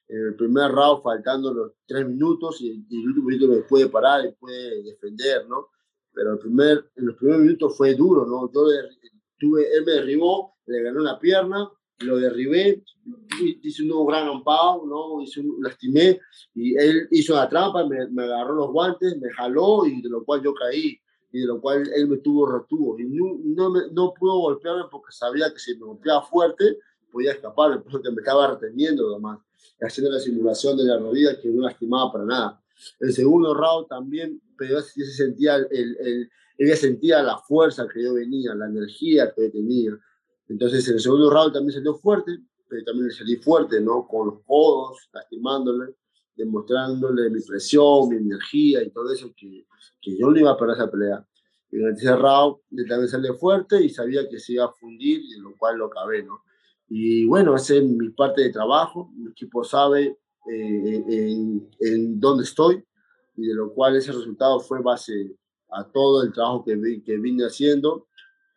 En el primer round, faltando los tres minutos, y, y el último minuto me puede parar y puede defender, ¿no? Pero el primer, en los primeros minutos fue duro, ¿no? Yo tuve, él me derribó, le ganó la pierna, lo derribé, hice un gran ampao, ¿no? Hice un, lastimé, y él hizo la trampa, me, me agarró los guantes, me jaló, y de lo cual yo caí, y de lo cual él me tuvo retuvo. Y no, no, me, no pudo golpearme porque sabía que si me golpeaba fuerte, podía escapar, porque me estaba reteniendo, además, haciendo la simulación de la rodilla que no lastimaba para nada. El segundo round también, pero ya se sentía el, el, el, ella sentía la fuerza que yo venía, la energía que yo tenía. Entonces, en el segundo round también salió fuerte, pero también le salí fuerte, ¿no? Con los codos, lastimándole, demostrándole mi presión, mi energía y todo eso, que, que yo no iba a perder esa pelea. Y en el tercer round también salí fuerte y sabía que se iba a fundir, y lo cual lo acabé, ¿no? Y bueno, esa es mi parte de trabajo. Mi equipo sabe eh, en, en dónde estoy, y de lo cual ese resultado fue base a todo el trabajo que, vi, que vine haciendo,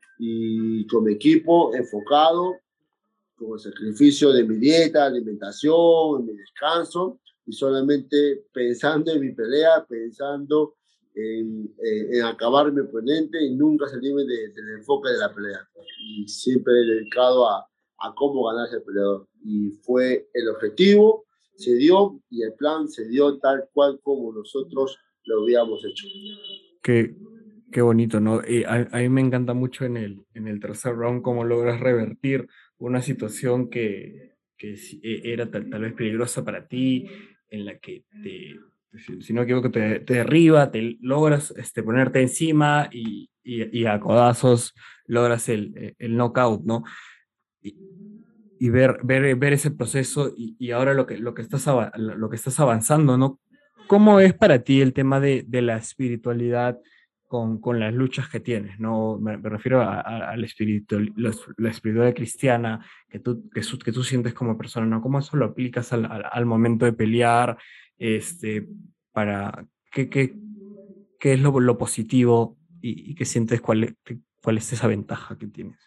y con mi equipo enfocado, con el sacrificio de mi dieta, alimentación, mi descanso, y solamente pensando en mi pelea, pensando en, en, en acabar mi oponente y nunca salirme de, del enfoque de la pelea. Y siempre dedicado a, a cómo ganar ese peleador. Y fue el objetivo, se dio, y el plan se dio tal cual como nosotros lo habíamos hecho. Qué, qué bonito, ¿no? Y a, a mí me encanta mucho en el, en el tercer round cómo logras revertir una situación que, que era tal, tal vez peligrosa para ti, en la que te, si, si no me equivoco, te, te derriba, te logras este, ponerte encima y, y, y a codazos logras el, el knockout, ¿no? Y, y ver, ver, ver ese proceso y, y ahora lo que, lo, que estás, lo que estás avanzando, ¿no? ¿Cómo es para ti el tema de, de la espiritualidad con, con las luchas que tienes? ¿No? Me, me refiero a, a, a la, espiritual, la, la espiritualidad cristiana que tú, que, que tú sientes como persona, ¿no? ¿Cómo eso lo aplicas al, al, al momento de pelear? Este, para, ¿qué, qué, qué es lo, lo positivo y, y qué sientes cuál es, cuál es esa ventaja que tienes?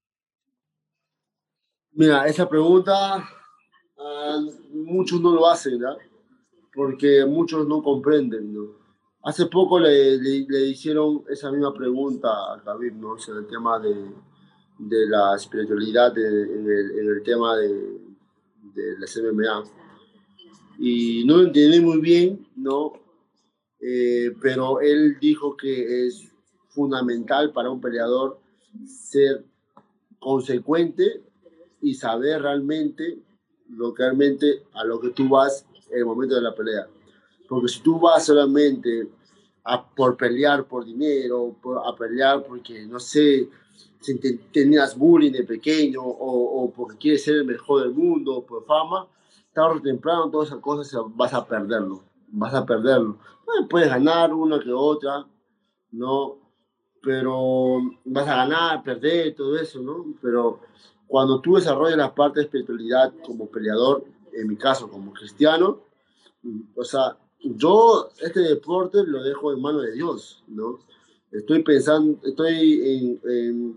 Mira, esa pregunta uh, muchos no lo hacen, ¿no? Porque muchos no comprenden, ¿no? Hace poco le, le, le hicieron esa misma pregunta a Khabib, ¿no? Sobre el tema de, de la espiritualidad de, en, el, en el tema de, de las M M A. Y no lo entendí muy bien, ¿no? Eh, pero él dijo que es fundamental para un peleador ser consecuente y saber realmente lo que realmente a lo que tú vas en el momento de la pelea. Porque si tú vas solamente a, por pelear por dinero, por, a pelear porque, no sé, si te, tenías bullying de pequeño, o, o porque quieres ser el mejor del mundo, por fama, tarde o temprano todas esas cosas vas a perderlo. Vas a perderlo. Bueno, puedes ganar una que otra, ¿no? Pero vas a ganar, perder, todo eso, ¿no? Pero cuando tú desarrollas la parte de espiritualidad como peleador, en mi caso como cristiano, o sea, yo este deporte lo dejo en manos de Dios, ¿no? Estoy pensando, estoy en, en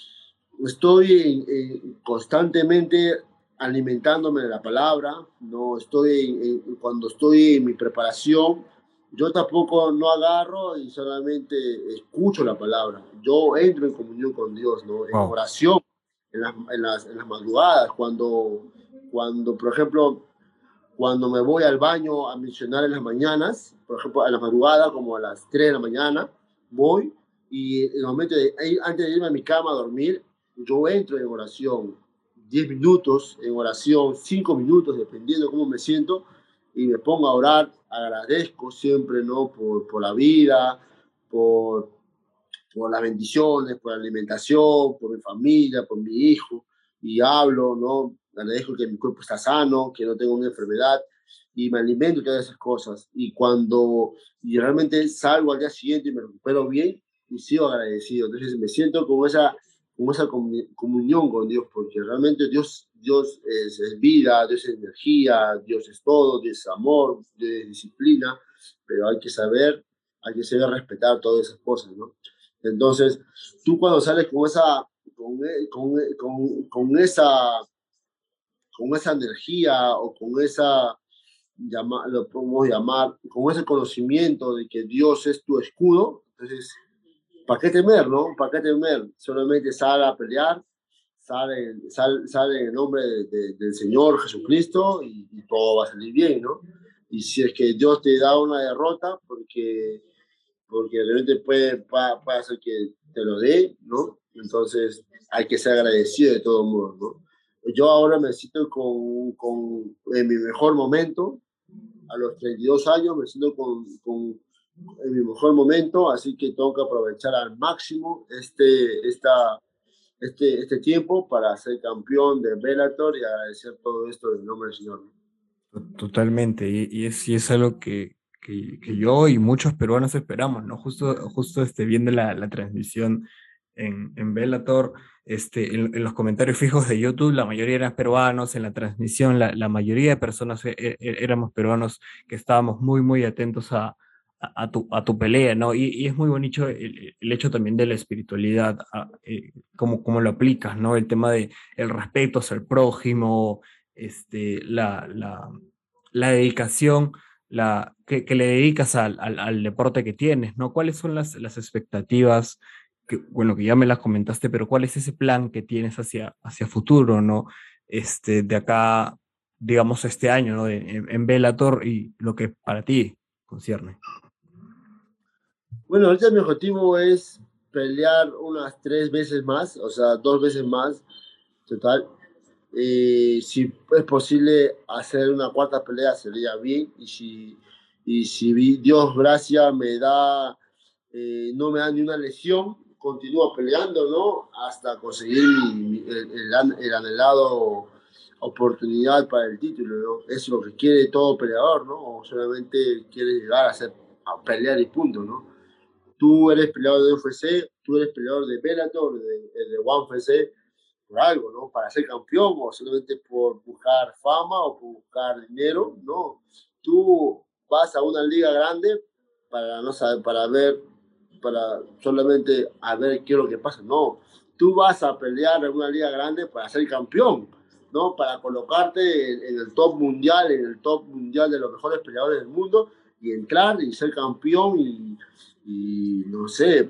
estoy en, en, constantemente alimentándome de la palabra, no estoy en, en, cuando estoy en mi preparación, yo tampoco no agarro y solamente escucho la palabra, yo entro en comunión con Dios, ¿no? En Wow. oración, en las, en las, en las madrugadas, cuando, cuando, por ejemplo, cuando me voy al baño a misionar en las mañanas, por ejemplo, a la madrugada, como a las tres de la mañana, voy, y en el momento de, antes de irme a mi cama a dormir, yo entro en oración, diez minutos en oración, cinco minutos, dependiendo de cómo me siento, y me pongo a orar, agradezco siempre, ¿no? Por, por la vida, por, por las bendiciones, por la alimentación, por mi familia, por mi hijo, y hablo, ¿no? Agradezco que mi cuerpo está sano, que no tengo una enfermedad, y me alimento de todas esas cosas. Y cuando y realmente salgo al día siguiente y me recupero bien, y sigo agradecido. Entonces me siento con esa, con esa comunión con Dios, porque realmente Dios, Dios es, es vida, Dios es energía, Dios es todo, Dios es amor, Dios es disciplina, pero hay que saber, hay que saber respetar todas esas cosas, ¿no? Entonces, tú cuando sales con esa, con, con, con, con esa, con esa energía o con esa, llama, lo podemos llamar, con ese conocimiento de que Dios es tu escudo, entonces, ¿para qué temer, no? ¿Para qué temer? Solamente sale a pelear, sale, sale, sale en el nombre de, de, del Señor Jesucristo y, y todo va a salir bien, ¿no? Y si es que Dios te da una derrota, porque, porque realmente puede, puede hacer que te lo dé, ¿no? Entonces hay que ser agradecido de todo modo, ¿no? Yo ahora me siento con, con, en mi mejor momento, a los treinta y dos años, me siento con, con, en mi mejor momento, así que tengo que aprovechar al máximo este, esta, este, este tiempo para ser campeón de Bellator y agradecer todo esto en el nombre del Señor. Totalmente, y, y es, y es algo que, que, que yo y muchos peruanos esperamos, ¿no? Justo, justo este, viendo la, la transmisión en, en Bellator, este, en, en los comentarios fijos de YouTube, la mayoría eran peruanos, en la transmisión la, la mayoría de personas e- e- éramos peruanos que estábamos muy, muy atentos a, a, a tu, a tu pelea, ¿no? Y, y es muy bonito el, el hecho también de la espiritualidad, a- eh, cómo, cómo lo aplicas, ¿no? El tema de el respeto hacia el prójimo, este, la, la, la dedicación la, que, que le dedicas al, al, al deporte que tienes, ¿no? ¿Cuáles son las, las expectativas? Que, bueno, que ya me las comentaste, pero ¿cuál es ese plan que tienes hacia, hacia futuro, ¿no? Este, de acá, digamos, este año, ¿no? De- en, en Bellator y lo que para ti concierne. Bueno, ahorita mi objetivo es pelear unas tres veces más, o sea, dos veces más total. Eh, si es posible hacer una cuarta pelea sería bien, y si, y si Dios gracia me da, eh, no me da ni una lesión, continúo peleando, ¿no? Hasta conseguir mi- el, el, el anhelado oportunidad para el título, ¿no? Es lo que quiere todo peleador, ¿no? O solamente quiere llegar a, ser, a pelear y punto, ¿no? Tú eres peleador de U F C, tú eres peleador de Bellator, de, de One F C, por algo, ¿no? Para ser campeón o solamente por buscar fama o por buscar dinero, no. Tú vas a una liga grande para no saber, para ver, para solamente a ver qué es lo que pasa, no. Tú vas a pelear en una liga grande para ser campeón, ¿no? Para colocarte en, en el top mundial, en el top mundial de los mejores peleadores del mundo y entrar y ser campeón y, y no sé,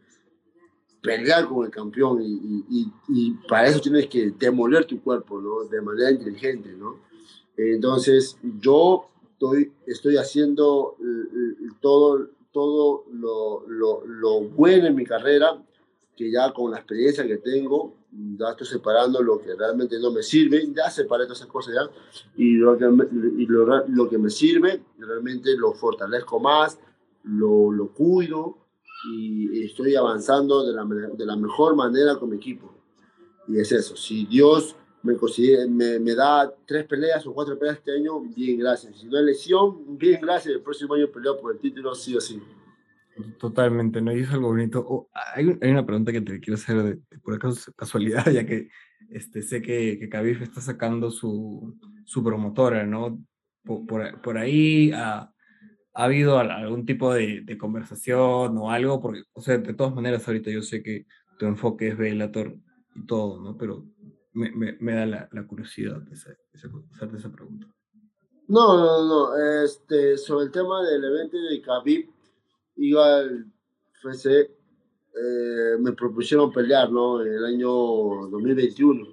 pelear con el campeón y, y, y, y, para eso tienes que demoler tu cuerpo, ¿no? De manera inteligente, ¿no? Entonces, yo estoy, estoy haciendo eh, todo, todo lo, lo, lo bueno en mi carrera, que ya con la experiencia que tengo, ya estoy separando lo que realmente no me sirve, ya separé todas esas cosas ya, y lo que me, y lo, lo que me sirve, realmente lo fortalezco más, lo, lo cuido, y estoy avanzando de la, de la mejor manera con mi equipo. Y es eso, si Dios me, me, me da tres peleas o cuatro peleas este año, bien, gracias. Si no hay lesión, bien, gracias. El próximo año peleo por el título, sí o sí. Totalmente, ¿no? Y es algo bonito. Oh, hay, un- hay una pregunta que te quiero hacer de, de pura cas- casualidad, ya que este, sé que, que Khabib está sacando su, su promotora, ¿no? Por, por, por ahí ha, ha habido al- algún tipo de, de conversación o algo, porque, o sea, de todas maneras, ahorita yo sé que tu enfoque es Bellator y todo, ¿no? Pero me, me, me da la, la curiosidad de esa, esa, hacerte esa pregunta. No, no, no. Este, sobre el tema del evento de Khabib, igual F C, eh, me propusieron pelear, ¿no? En el año dos mil veintiuno.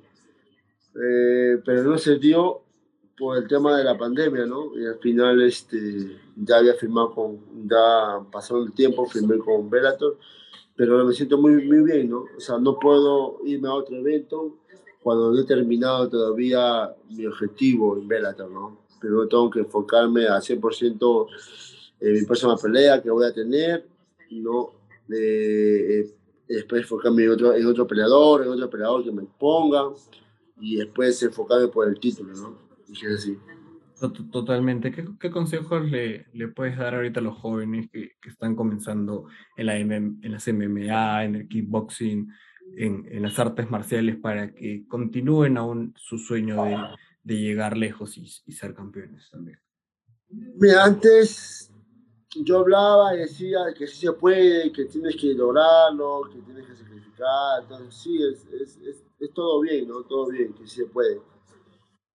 Eh, pero no se dio por el tema de la pandemia, ¿no? Y al final este, ya había firmado con, ya pasó el tiempo, firmé con Bellator, pero ahora me siento muy, muy bien, ¿no? O sea, no puedo irme a otro evento cuando no he terminado todavía mi objetivo en Bellator, ¿no? Pero tengo que enfocarme al cien por ciento en mi próxima pelea que voy a tener, ¿no? Eh, eh, después enfocarme en otro, en otro peleador, en otro peleador que me ponga y después enfocarme por el título, ¿no? Dije así. Tot- Totalmente. ¿Qué, qué consejos le, le puedes dar ahorita a los jóvenes que, que están comenzando en, la M M en las M M A, en el kickboxing, en, en las artes marciales para que continúen aún su sueño de, de llegar lejos y, y ser campeones también? Mira, antes yo hablaba y decía que sí se puede, que tienes que lograrlo, que tienes que sacrificar, entonces sí, es, es, es, es todo bien, ¿no? Todo bien, que sí se puede.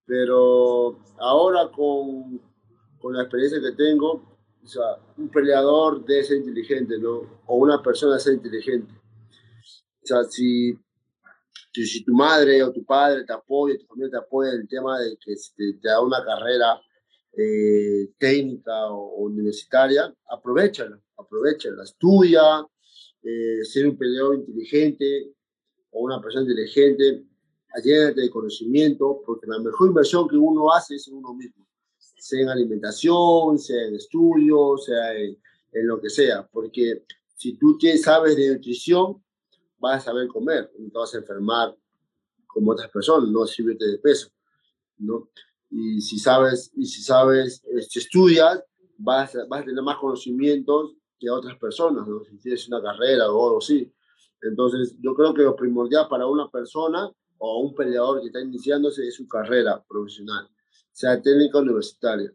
Pero ahora con, con la experiencia que tengo, o sea, un peleador debe ser inteligente, ¿no? O una persona debe ser inteligente. O sea, si, si, si tu madre o tu padre te apoya, tu familia te apoya en el tema de que si te, te da una carrera eh, técnica o, o universitaria, aprovechala, aprovechala, estudia, eh, ser un peleador inteligente o una persona inteligente, llénate de conocimiento, porque la mejor inversión que uno hace es en uno mismo, sea en alimentación, sea en estudios, sea en, en lo que sea, porque si tú tienes, sabes de nutrición, vas a saber comer, no te vas a enfermar como otras personas, no sirvete de peso, ¿no? Y si sabes, y si sabes, eh, si estudias, vas a, vas a tener más conocimientos que otras personas, ¿no? Si tienes una carrera o algo así. Entonces, yo creo que lo primordial para una persona o un peleador que está iniciándose es su carrera profesional, sea técnica o universitaria.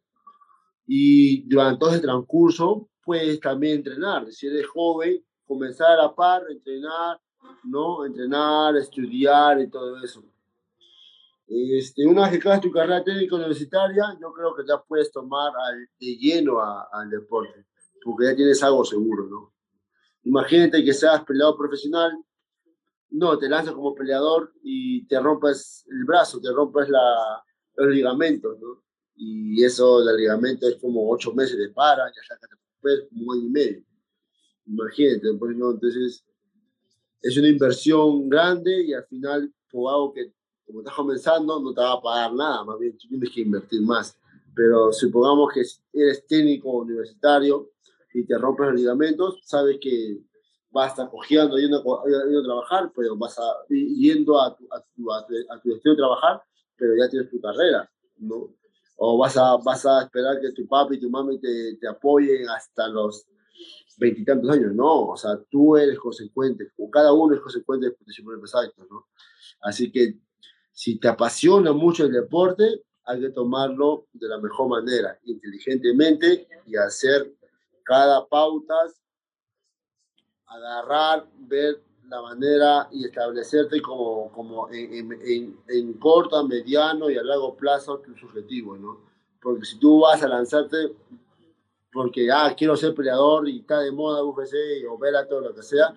Y durante todo ese transcurso, puedes también entrenar. Si eres joven, comenzar a la par, entrenar, ¿no? Entrenar, estudiar y todo eso. Este, una vez que acabas tu carrera técnica universitaria, yo creo que ya puedes tomar al, de lleno a, al deporte, porque ya tienes algo seguro, ¿no? Imagínate que seas peleador profesional, no, te lanzas como peleador y te rompes el brazo, te rompes la, los ligamentos, ¿no? Y eso del ligamento es como ocho meses de para, ya sacas después como un año y medio. Imagínate, pues, ¿no? Entonces, es una inversión grande y al final, por algo que, como estás comenzando, no te va a pagar nada, más bien tú tienes que invertir más. Pero supongamos que eres técnico universitario y te rompes los ligamentos, sabes que vas a estar cojeando, yendo, yendo a trabajar, pero vas a yendo a tu, a tu, a tu, a tu destino de trabajar, pero ya tienes tu carrera, ¿no? O vas a, vas a esperar que tu papi y tu mami te, te apoyen hasta los veintitantos años, no, o sea, tú eres consecuente, o cada uno es consecuente de sus propios actos, ¿no? Así que si te apasiona mucho el deporte, hay que tomarlo de la mejor manera, inteligentemente y hacer cada pauta, agarrar, ver la manera y establecerte como, como en, en, en, en corto, mediano y a largo plazo tus objetivos, ¿no? Porque si tú vas a lanzarte porque ah, quiero ser peleador y está de moda U F C o Bellator, lo que sea,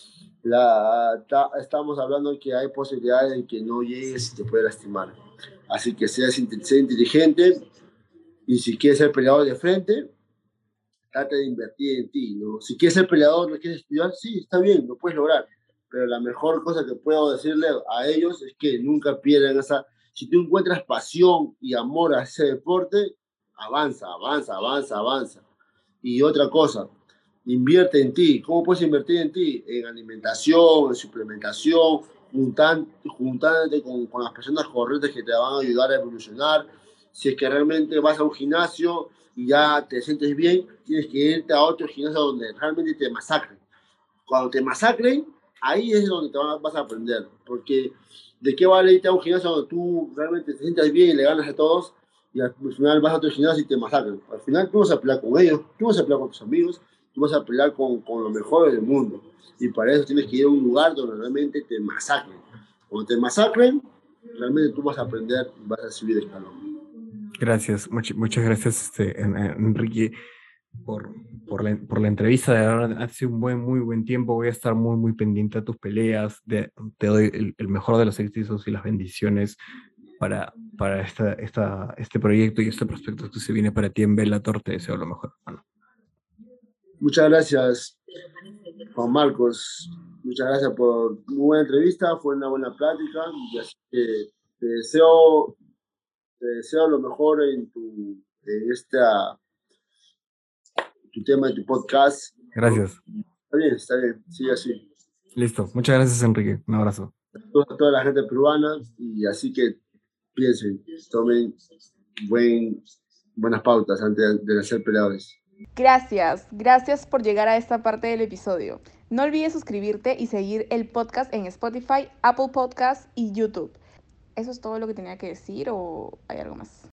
la, ta, estamos hablando de que hay posibilidades de que no llegues y te puede lastimar. Así que seas sé inteligente y si quieres ser peleador de frente, trata de invertir en ti, ¿no? Si quieres ser peleador, no quieres estudiar, sí, está bien, lo puedes lograr. Pero la mejor cosa que puedo decirle a ellos es que nunca pierdan esa... Si tú encuentras pasión y amor a ese deporte, avanza, avanza, avanza, avanza. Y otra cosa, invierte en ti. ¿Cómo puedes invertir en ti? En alimentación, en suplementación, juntan, juntándote con, con las personas correctas que te van a ayudar a evolucionar. Si es que realmente vas a un gimnasio y ya te sientes bien, tienes que irte a otro gimnasio donde realmente te masacren. Cuando te masacren, ahí es donde te vas a aprender. Porque ¿de qué vale irte a un gimnasio donde tú realmente te sientas bien y le ganas a todos? Y al final vas a otro gimnasio y te masacran. Al final tú vas a pelear con ellos, tú vas a pelear con tus amigos, tú vas a pelear con, con los mejores del mundo. Y para eso tienes que ir a un lugar donde realmente te masacren. Cuando te masacren, realmente tú vas a aprender y vas a subir de escalón. Gracias, much, muchas gracias, este, Enrique, por, por, la, por la entrevista. De verdad, ha sido un buen, muy buen tiempo. Voy a estar muy, muy pendiente a tus peleas. De, te doy el, el mejor de los éxitos y las bendiciones para, para esta, esta, este proyecto y este prospecto que se viene para ti en Bellator. Te deseo lo mejor, hermano. Muchas gracias, Juan Marcos. Muchas gracias por muy buena entrevista. Fue una buena plática. Y así que te deseo, te deseo lo mejor en tu, en esta, tu tema, en tu podcast. Gracias. ¿No? Está bien, está bien. Sigue así. Listo. Muchas gracias, Enrique. Un abrazo. Toda, toda la gente peruana. Y así que piensen, tomen buen, buenas pautas antes de ser peleadores. Gracias, gracias por llegar a esta parte del episodio. No olvides suscribirte y seguir el podcast en Spotify, Apple Podcasts y YouTube. ¿Eso es todo lo que tenía que decir o hay algo más?